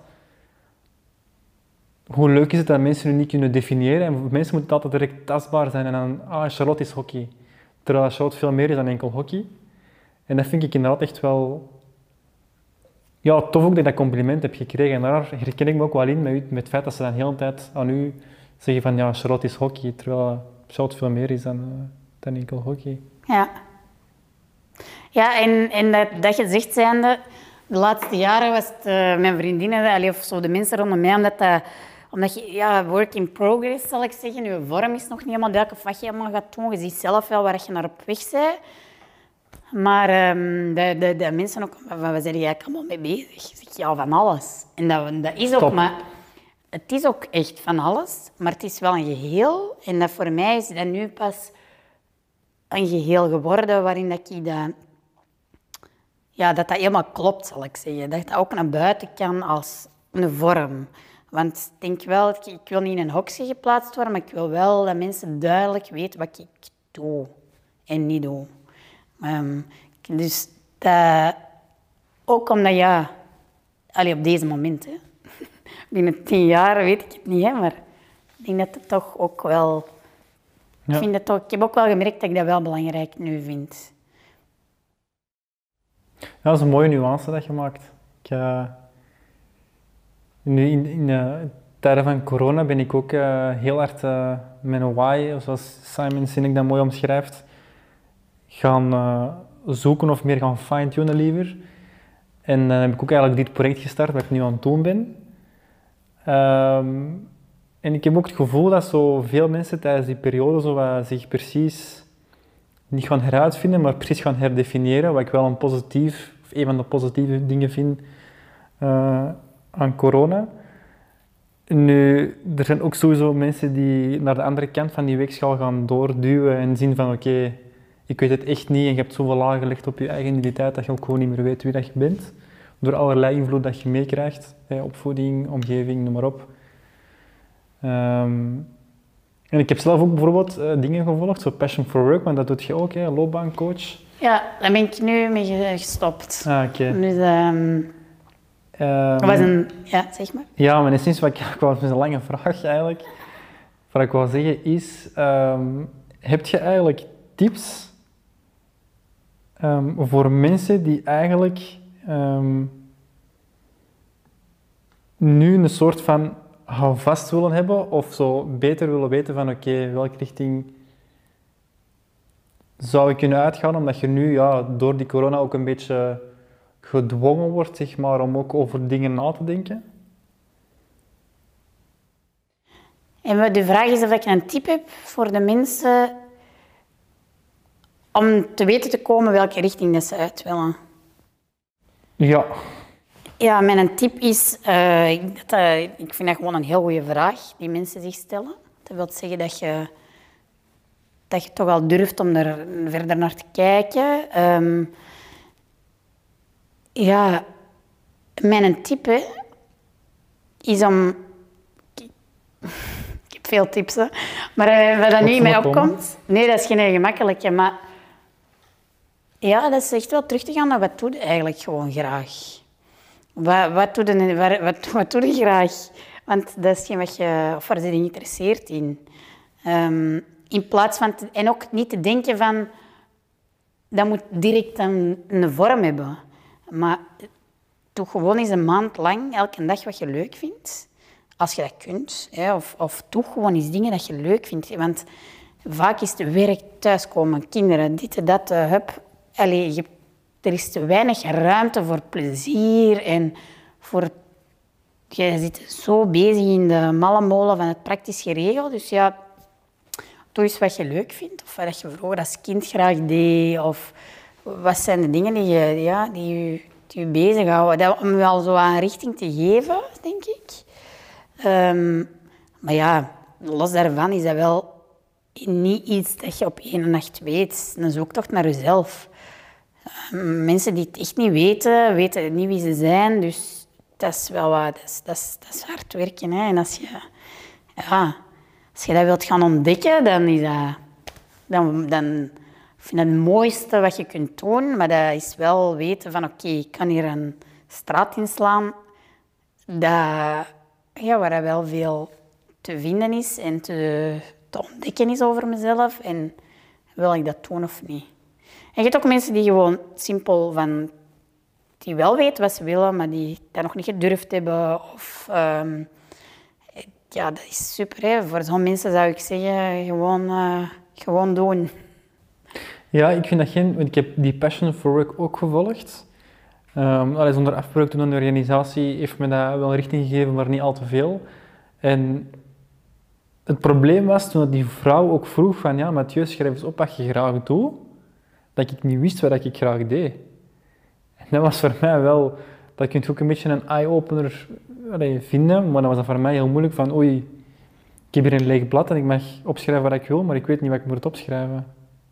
Hoe leuk is het dat mensen nu niet kunnen definiëren? En mensen moeten altijd direct tastbaar zijn en dan, ah, Charlotte is hockey. Terwijl Charlotte veel meer is dan enkel hockey. En dat vind ik inderdaad echt wel... Ja, tof ook dat je dat compliment hebt gekregen. En daar herken ik me ook wel in met, u, met het feit dat ze dan de hele tijd aan u zeggen van, ja, Charlotte is hockey. Terwijl Charlotte veel meer is dan, uh, dan enkel hockey. Ja. Ja, en, en dat, dat gezegd zijnde, de laatste jaren was het uh, mijn vriendinnen, of zo, de mensen rondom mij, omdat dat... Omdat je, ja, work in progress, zal ik zeggen. Je vorm is nog niet helemaal duidelijk of wat je allemaal gaat doen. Je ziet zelf wel waar je naar op weg bent. Maar um, de, de, de mensen ook, waar zijn jij eigenlijk allemaal mee bezig? Ik zeg, ja, van alles. En dat, dat is ook, Stop. maar het is ook echt van alles. Maar het is wel een geheel. En dat voor mij is dat nu pas een geheel geworden waarin dat ik dat... Ja, dat dat helemaal klopt, zal ik zeggen. Dat dat ook naar buiten kan als een vorm. Want ik denk wel, ik wil niet in een hokje geplaatst worden, maar ik wil wel dat mensen duidelijk weten wat ik doe en niet doe. Um, dus dat, ook omdat, ja, allee, op deze moment, hè. Binnen tien jaar weet ik het niet, hè, maar ik denk dat het toch ook wel... Ja. Ik, vind het toch, ik heb ook wel gemerkt dat ik dat wel belangrijk nu vind. Ja, dat is een mooie nuance dat je maakt. Ik, uh... Nu, in, in uh, tijden van corona ben ik ook uh, heel hard uh, met een why, zoals Simon Sinek dat mooi omschrijft, gaan uh, zoeken of meer gaan fine-tunen liever. En dan uh, heb ik ook eigenlijk dit project gestart wat ik nu aan het doen ben. Um, en ik heb ook het gevoel dat zo veel mensen tijdens die periode zo, uh, zich precies niet gaan heruitvinden, maar precies gaan herdefiniëren, wat ik wel een positief, of een van de positieve dingen vind uh, aan corona. Nu, er zijn ook sowieso mensen die naar de andere kant van die weegschaal gaan doorduwen en zien van oké, okay, ik weet het echt niet en je hebt zoveel lagen gelegd op je eigen identiteit dat je ook gewoon niet meer weet wie dat je bent. Door allerlei invloed dat je meekrijgt, opvoeding, omgeving, noem maar op. Um, en ik heb zelf ook bijvoorbeeld uh, dingen gevolgd, zo Passion for Work, maar dat doet je ook, hè, loopbaancoach. Ja, daar ben ik nu mee gestopt. Ah, oké. Okay. Dus, um... Um, dat was een... Ja, zeg maar. Ja, maar sinds wat ik, ik was een lange vraag eigenlijk. Wat ik wil zeggen is, um, heb je eigenlijk tips um, voor mensen die eigenlijk um, nu een soort van houvast willen hebben of zo beter willen weten van oké, okay, welke richting zou ik kunnen uitgaan, omdat je nu ja, door die corona ook een beetje gedwongen wordt, zeg maar, om ook over dingen na te denken? En de vraag is of ik een tip heb voor de mensen om te weten te komen welke richting dat ze uit willen. Ja. Ja, mijn tip is, uh, ik, dat, uh, ik vind dat gewoon een heel goede vraag die mensen zich stellen. Dat wil zeggen dat je, dat je toch al durft om er verder naar te kijken. Um, ja, mijn tip, hè, is om... Ik heb veel tips, hè. Maar uh, wat dat nu in mij opkomt... Nee, dat is geen gemakkelijke, maar... Ja, dat is echt wel terug te gaan naar wat doe je eigenlijk gewoon graag. Wat, wat, doe je, wat, wat, wat doe je graag? Want dat is geen wat je... Of waar ben je geïnteresseerd in? Um, in plaats van... Te, en ook niet te denken van... Dat moet direct een, een vorm hebben. Maar doe gewoon eens een maand lang elke dag wat je leuk vindt. Als je dat kunt. Hè, of, of doe gewoon eens dingen dat je leuk vindt. Want vaak is het werk, thuiskomen, kinderen, dit en dat, uh, hup. Allee, je, er is te weinig ruimte voor plezier en voor... Je zit zo bezig in de malle molen van het praktisch geregeld. Dus ja, doe eens wat je leuk vindt. Of wat je vroeger als kind graag deed. Of wat zijn de dingen die je, ja, die je, die je bezighouden. Dat, om je al zo aan richting te geven, denk ik. Um, maar ja, los daarvan is dat wel niet iets dat je op één nacht weet. Een zoektocht naar jezelf. Um, mensen die het echt niet weten, weten niet wie ze zijn. Dus dat is wel wat, dat is, dat is, dat is hard werken. Hè. En als je, ja, als je dat wilt gaan ontdekken, dan is dat... Dan, dan vind ik het mooiste wat je kunt doen. Maar dat is wel weten van, oké, okay, ik kan hier een straat inslaan. Dat... Ja, waar er wel veel te vinden is en te, te ontdekken is over mezelf. En wil ik dat doen of niet? En je hebt ook mensen die gewoon simpel van... Die wel weten wat ze willen, maar die dat nog niet gedurfd hebben. Of, um, ja, dat is super. Hè. Voor zo'n mensen zou ik zeggen, gewoon, uh, gewoon doen. Ja, ik vind dat geen... Want ik heb die Passion for Work ook gevolgd. Um, allee, zonder afbreuk doen aan de organisatie heeft me dat wel richting gegeven, maar niet al te veel. En het probleem was toen die vrouw ook vroeg van ja, Mathieu, schrijf eens op wat je graag doet, dat ik niet wist wat ik graag deed. En dat was voor mij wel, dat kun je ook een beetje een eye-opener allee, vinden, maar dat was dan voor mij heel moeilijk van oei, ik heb hier een leeg blad en ik mag opschrijven wat ik wil, maar ik weet niet wat ik moet opschrijven.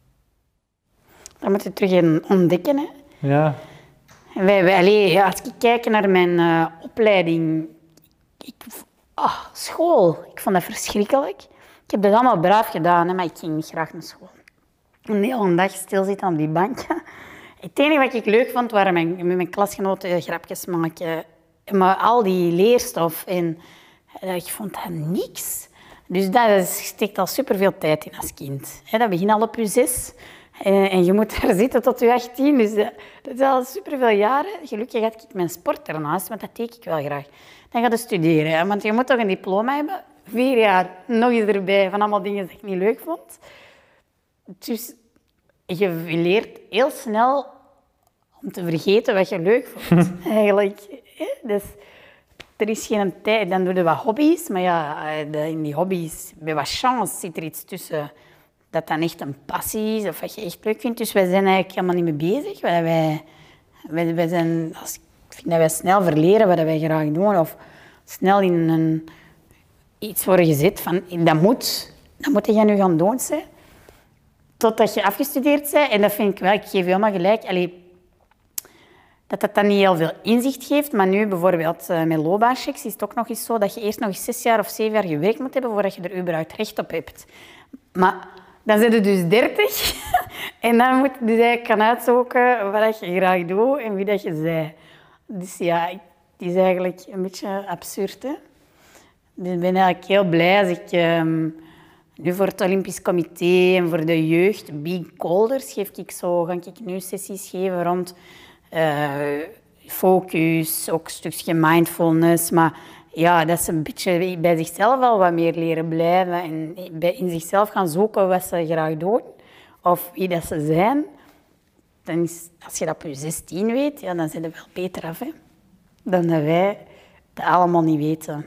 Dan moet je terug in ontdekken, hè. Ja. Wij, wij, allee, als ik kijk naar mijn uh, opleiding, ik, oh, school, ik vond dat verschrikkelijk. Ik heb dat allemaal braaf gedaan, hè, maar ik ging niet graag naar school. Een hele dag stilzitten op die bankje. Het enige wat ik leuk vond, waren mijn, met mijn klasgenoten grapjes maken. Maar al die leerstof, en uh, ik vond dat niks. Dus dat steekt al superveel tijd in als kind. Hè, dat begint al op je zes. En, en je moet daar zitten tot je achttien, dus dat, dat is al superveel jaren. Gelukkig had ik mijn sport ernaast, want dat deed ik wel graag. Dan ga je studeren, hè, want je moet toch een diploma hebben. Vier jaar, nog eens erbij, van allemaal dingen die ik niet leuk vond. Dus je leert heel snel om te vergeten wat je leuk vond, eigenlijk. Dus er is geen tijd, dan doe je wat hobby's, maar ja, in die hobby's, bij wat chance zit er iets tussen... Dat dan echt een passie is of wat je echt leuk vindt. Dus wij zijn eigenlijk helemaal niet mee bezig. Wij, wij, wij zijn, als, ik vind dat wij snel verleren wat wij graag doen. Of snel in een, iets worden gezet van dat moet, dat moet je nu gaan doen. Hè. Totdat je afgestudeerd bent. En dat vind ik wel, ik geef je helemaal gelijk. Allee, dat dat dan niet heel veel inzicht geeft. Maar nu bijvoorbeeld uh, met loopbaanchecks is het ook nog eens zo dat je eerst nog eens zes jaar of zeven jaar gewerkt moet hebben voordat je er überhaupt recht op hebt. Maar dan zijn je dus dertig en dan moet je dus eigenlijk gaan uitzoeken wat je graag doet en wie dat je bent. Dus ja, het is eigenlijk een beetje absurd, hè? Dus ik ben eigenlijk heel blij als ik um, nu voor het Olympisch Comité en voor de jeugd, Big Colders, geef ik zo, ga ik nu sessies geven rond uh, focus, ook een stukje mindfulness, maar ja, dat ze een beetje bij zichzelf al wat meer leren blijven en in zichzelf gaan zoeken wat ze graag doen of wie dat ze zijn. Dan is, als je dat op je zestien weet, ja, dan zijn we wel beter af, hè, dan dat wij dat allemaal niet weten.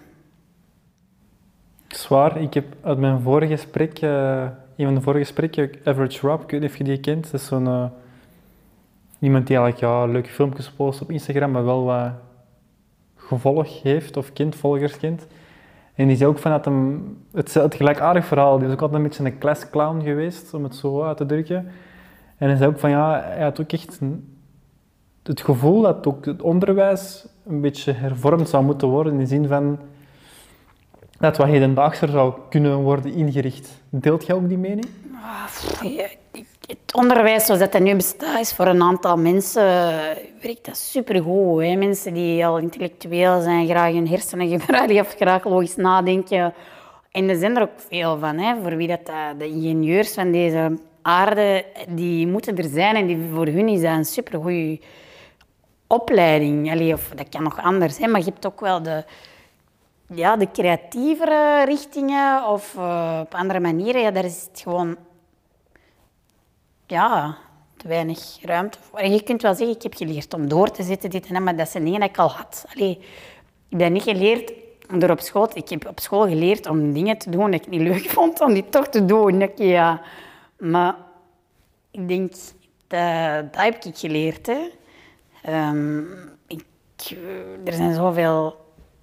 Zwaar. Ik heb uit mijn vorige gesprek, uh, een van de vorige gesprekken, Average Rob, ik weet niet of je die kent, dat is zo'n uh, iemand die eigenlijk ja, leuke filmpjes post op Instagram, maar wel wat gevolg heeft of kind, volgers kent. En die zei ook van dat hem, het, het gelijkaardig verhaal, die is ook altijd een beetje een klasclown geweest, om het zo uit te drukken. En hij zei ook van ja, hij had ook echt een, het gevoel dat ook het onderwijs een beetje hervormd zou moeten worden in de zin van dat wat hedendaagser zou kunnen worden ingericht. Deelt jij ook die mening? Het onderwijs zoals dat nu bestaat, is voor een aantal mensen werkt dat supergoed. Hè? Mensen die al intellectueel zijn, graag hun hersenen gebruiken of graag logisch nadenken. En er zijn er ook veel van. Hè? Voor wie dat, de ingenieurs van deze aarde, die moeten er zijn. En die, voor hun is dat een supergoeie opleiding. Allee, of dat kan nog anders, hè? Maar je hebt ook wel de... Ja, de creatievere richtingen of uh, op andere manieren, ja, daar is het gewoon ja, te weinig ruimte voor. En je kunt wel zeggen, ik heb geleerd om door te zitten, dit en dat, maar dat zijn dingen die ik al had. Allee, ik heb niet geleerd door op school. Ik heb op school geleerd om dingen te doen dat ik niet leuk vond, om die toch te doen. Okay, ja. Maar ik denk, dat, dat heb ik geleerd. Hè. Um, ik, er zijn zoveel...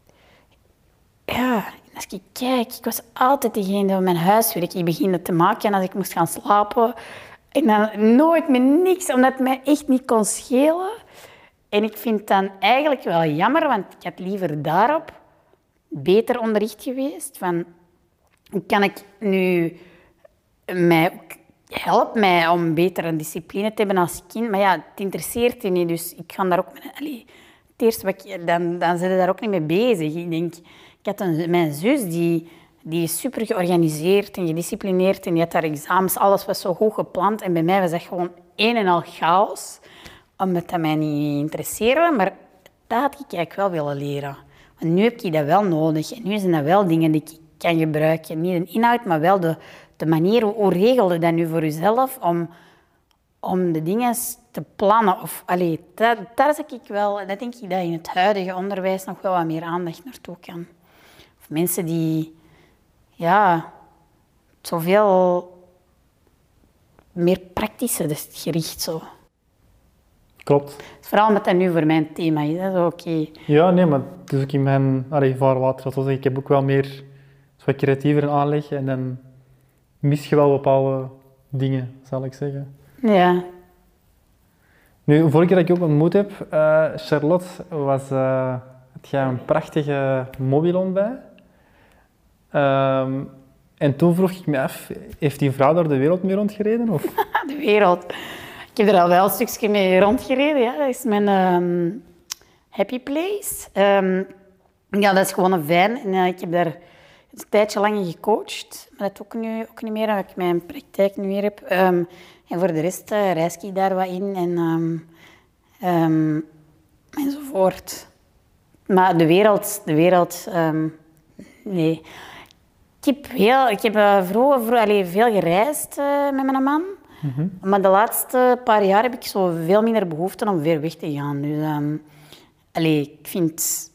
Ja, als ik kijk, ik was altijd degene die mijn huiswerk ik beginde te maken als ik moest gaan slapen. En dan nooit met niks, omdat het mij echt niet kon schelen. En ik vind het dan eigenlijk wel jammer, want ik had liever daarop beter onderricht geweest. Van, hoe kan ik nu mij ook... Help mij om beter een discipline te hebben als kind. Maar ja, het interesseert je niet, dus ik ga daar ook... Allee, het eerste wat ik, dan, dan zijn je daar ook niet mee bezig. Ik denk... Ik had een, mijn zus, die, die is super georganiseerd en gedisciplineerd en die had haar examens, alles was zo goed gepland. En bij mij was dat gewoon een en al chaos, omdat dat mij niet interesseerde. Maar dat had ik eigenlijk wel willen leren. Want nu heb ik dat wel nodig en nu zijn dat wel dingen die ik kan gebruiken. Niet de inhoud, maar wel de, de manier, hoe, hoe regel je dat nu voor jezelf om, om de dingen te plannen. Of, allee, dat, daar zeg ik wel, dat denk ik dat in het huidige onderwijs nog wel wat meer aandacht naartoe kan. Mensen die, ja, zoveel meer praktisch gericht zo. Klopt. Vooral omdat dat nu voor mijn thema is, hè, zo oké. Okay. Ja, nee, maar het is ook in mijn allee, vaarwater. Dat wil zeggen, ik heb ook wel meer wat creatiever aanleg en dan mis je wel bepaalde dingen, zal ik zeggen. Ja. Nu, de vorige keer dat ik je ook ontmoet heb, uh, Charlotte, was, uh, had jij een prachtige mobilon bij. Um, en toen vroeg ik me af, heeft die vrouw daar de wereld mee rondgereden? Of? De wereld. Ik heb er al wel een stukje mee rondgereden. Ja. Dat is mijn um, happy place. Um, ja, dat is gewoon een van. En uh, ik heb daar een tijdje lang in gecoacht. Maar dat ook, nu, ook niet meer, omdat ik mijn praktijk nu weer heb. Um, en voor de rest uh, reis ik daar wat in en, um, um, enzovoort. Maar de wereld, de wereld um, nee. Ik heb, heel, ik heb uh, vroeger, vroeger allez, veel gereisd uh, met mijn man. Mm-hmm. Maar de laatste paar jaar heb ik zo veel minder behoefte om ver weg te gaan. Dus um, allez, ik vind...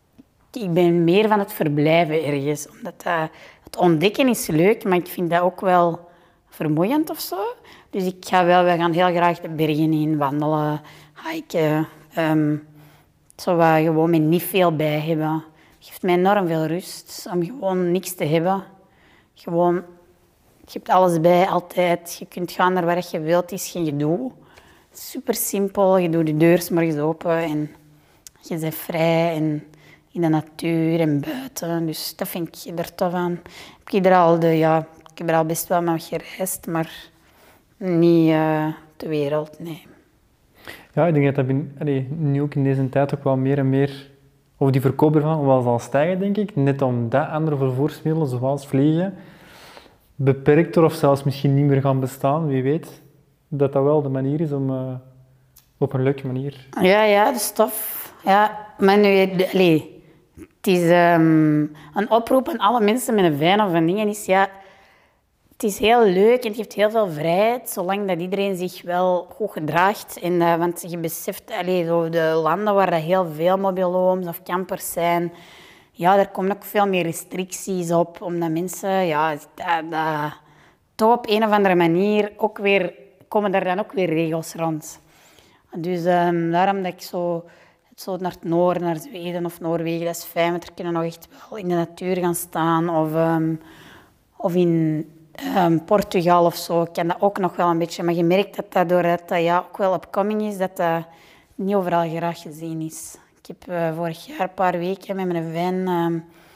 Ik ben meer van het verblijven ergens. Omdat uh, het ontdekken is leuk, maar ik vind dat ook wel vermoeiend of zo. Dus ik ga wel, we gaan heel graag de bergen in wandelen, hiken. Um, zo waar gewoon met niet veel bij hebben. Het geeft mij enorm veel rust om gewoon niks te hebben. Gewoon, je hebt alles bij, altijd. Je kunt gaan naar waar je wilt, het is geen gedoe. Super simpel, je doet de deur 's morgens open en je bent vrij en in de natuur en buiten. Dus dat vind ik er tof aan. Ik heb er al, de, ja, ik heb er al best wel mee gereisd, maar niet uh, de wereld, nee. Ja, ik denk dat dat in, allee, nu ook in deze tijd ook wel meer en meer... Of die verkoop ervan wel zal stijgen, denk ik. Net omdat andere vervoersmiddelen, zoals vliegen, beperkter of zelfs misschien niet meer gaan bestaan, wie weet. Dat dat wel de manier is om... Uh, op een leuke manier. Ja, ja, dat is tof. Ja, maar nu... Allee, het is um, een oproep aan alle mensen met een fijn of een dingen is... Ja, het is heel leuk en het geeft heel veel vrijheid, zolang dat iedereen zich wel goed gedraagt. En, uh, want je beseft, allee, zo de landen waar dat heel veel mobielhomes of campers zijn, ja, daar komen ook veel meer restricties op, omdat mensen, ja, dat, dat, toch op een of andere manier ook weer, komen daar dan ook weer regels rond. Dus um, daarom dat ik zo, zo naar het noorden, naar Zweden of Noorwegen, dat is fijn, want er kunnen nog echt wel in de natuur gaan staan of, um, of in... Um, Portugal of zo, ik ken dat ook nog wel een beetje. Maar je merkt dat dat doordat dat ja, ook wel upcoming is, dat dat niet overal graag gezien is. Ik heb uh, vorig jaar een paar weken met mijn van um,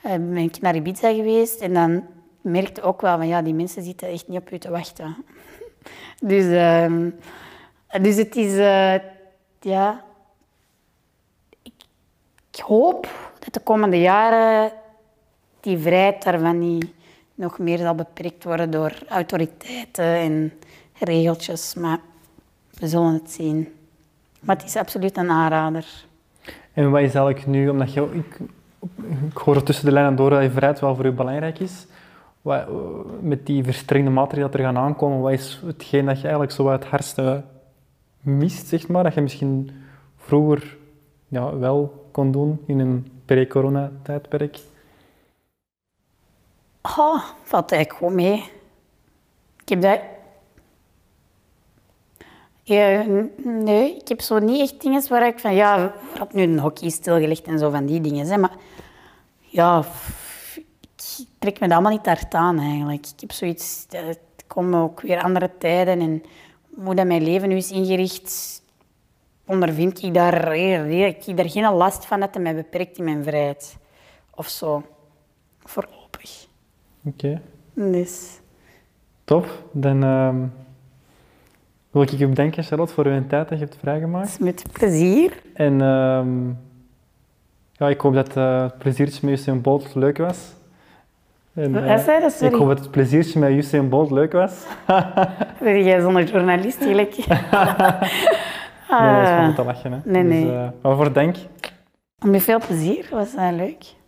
uh, ben ik naar Ibiza geweest en dan merkte ook wel van ja, die mensen zitten echt niet op u te wachten. dus, uh, dus het is, uh, ja, ik, ik hoop dat de komende jaren die vrijheid daarvan niet nog meer zal beperkt worden door autoriteiten en regeltjes, maar we zullen het zien. Maar het is absoluut een aanrader. En wat is eigenlijk nu, omdat je, ik, ik hoor tussen de lijnen door dat je vrijheid wel voor je belangrijk is, wat, met die verstrengde maatregelen dat er gaan aankomen, wat is hetgeen dat je eigenlijk zo het hardste mist, zeg maar, dat je misschien vroeger ja, wel kon doen in een pre-corona-tijdperk? Oh, valt eigenlijk goed mee. Ik heb dat... Ja, nee, ik heb zo niet echt dingen waar ik van... Ja, waarop nu een hockey is stilgelegd en zo van die dingen. Hè, maar ja, ik trek me dat allemaal niet hard aan eigenlijk. Ik heb zoiets... Er komen ook weer andere tijden en hoe dat mijn leven nu is ingericht... ondervind ik daar, ik heb daar geen last van dat het mij beperkt in mijn vrijheid. Of zo. Voorlopig. Oké. Okay. Dus. Top. Dan uh, wil ik je bedanken, Charlotte, voor uw tijd dat je hebt vrijgemaakt. Met plezier. En uh, ja, ik hoop dat uh, het pleziertje met Usain Bolt leuk was. En, uh, Wat zei dat? Sorry. Ik hoop dat het pleziertje met Usain Bolt leuk was. Ben jij zo'n journalist, gelijk? Nee, dat is gewoon te lachen. Hè. Nee, nee. Dus, uh, waarvoor dank. Met veel plezier, was uh, leuk.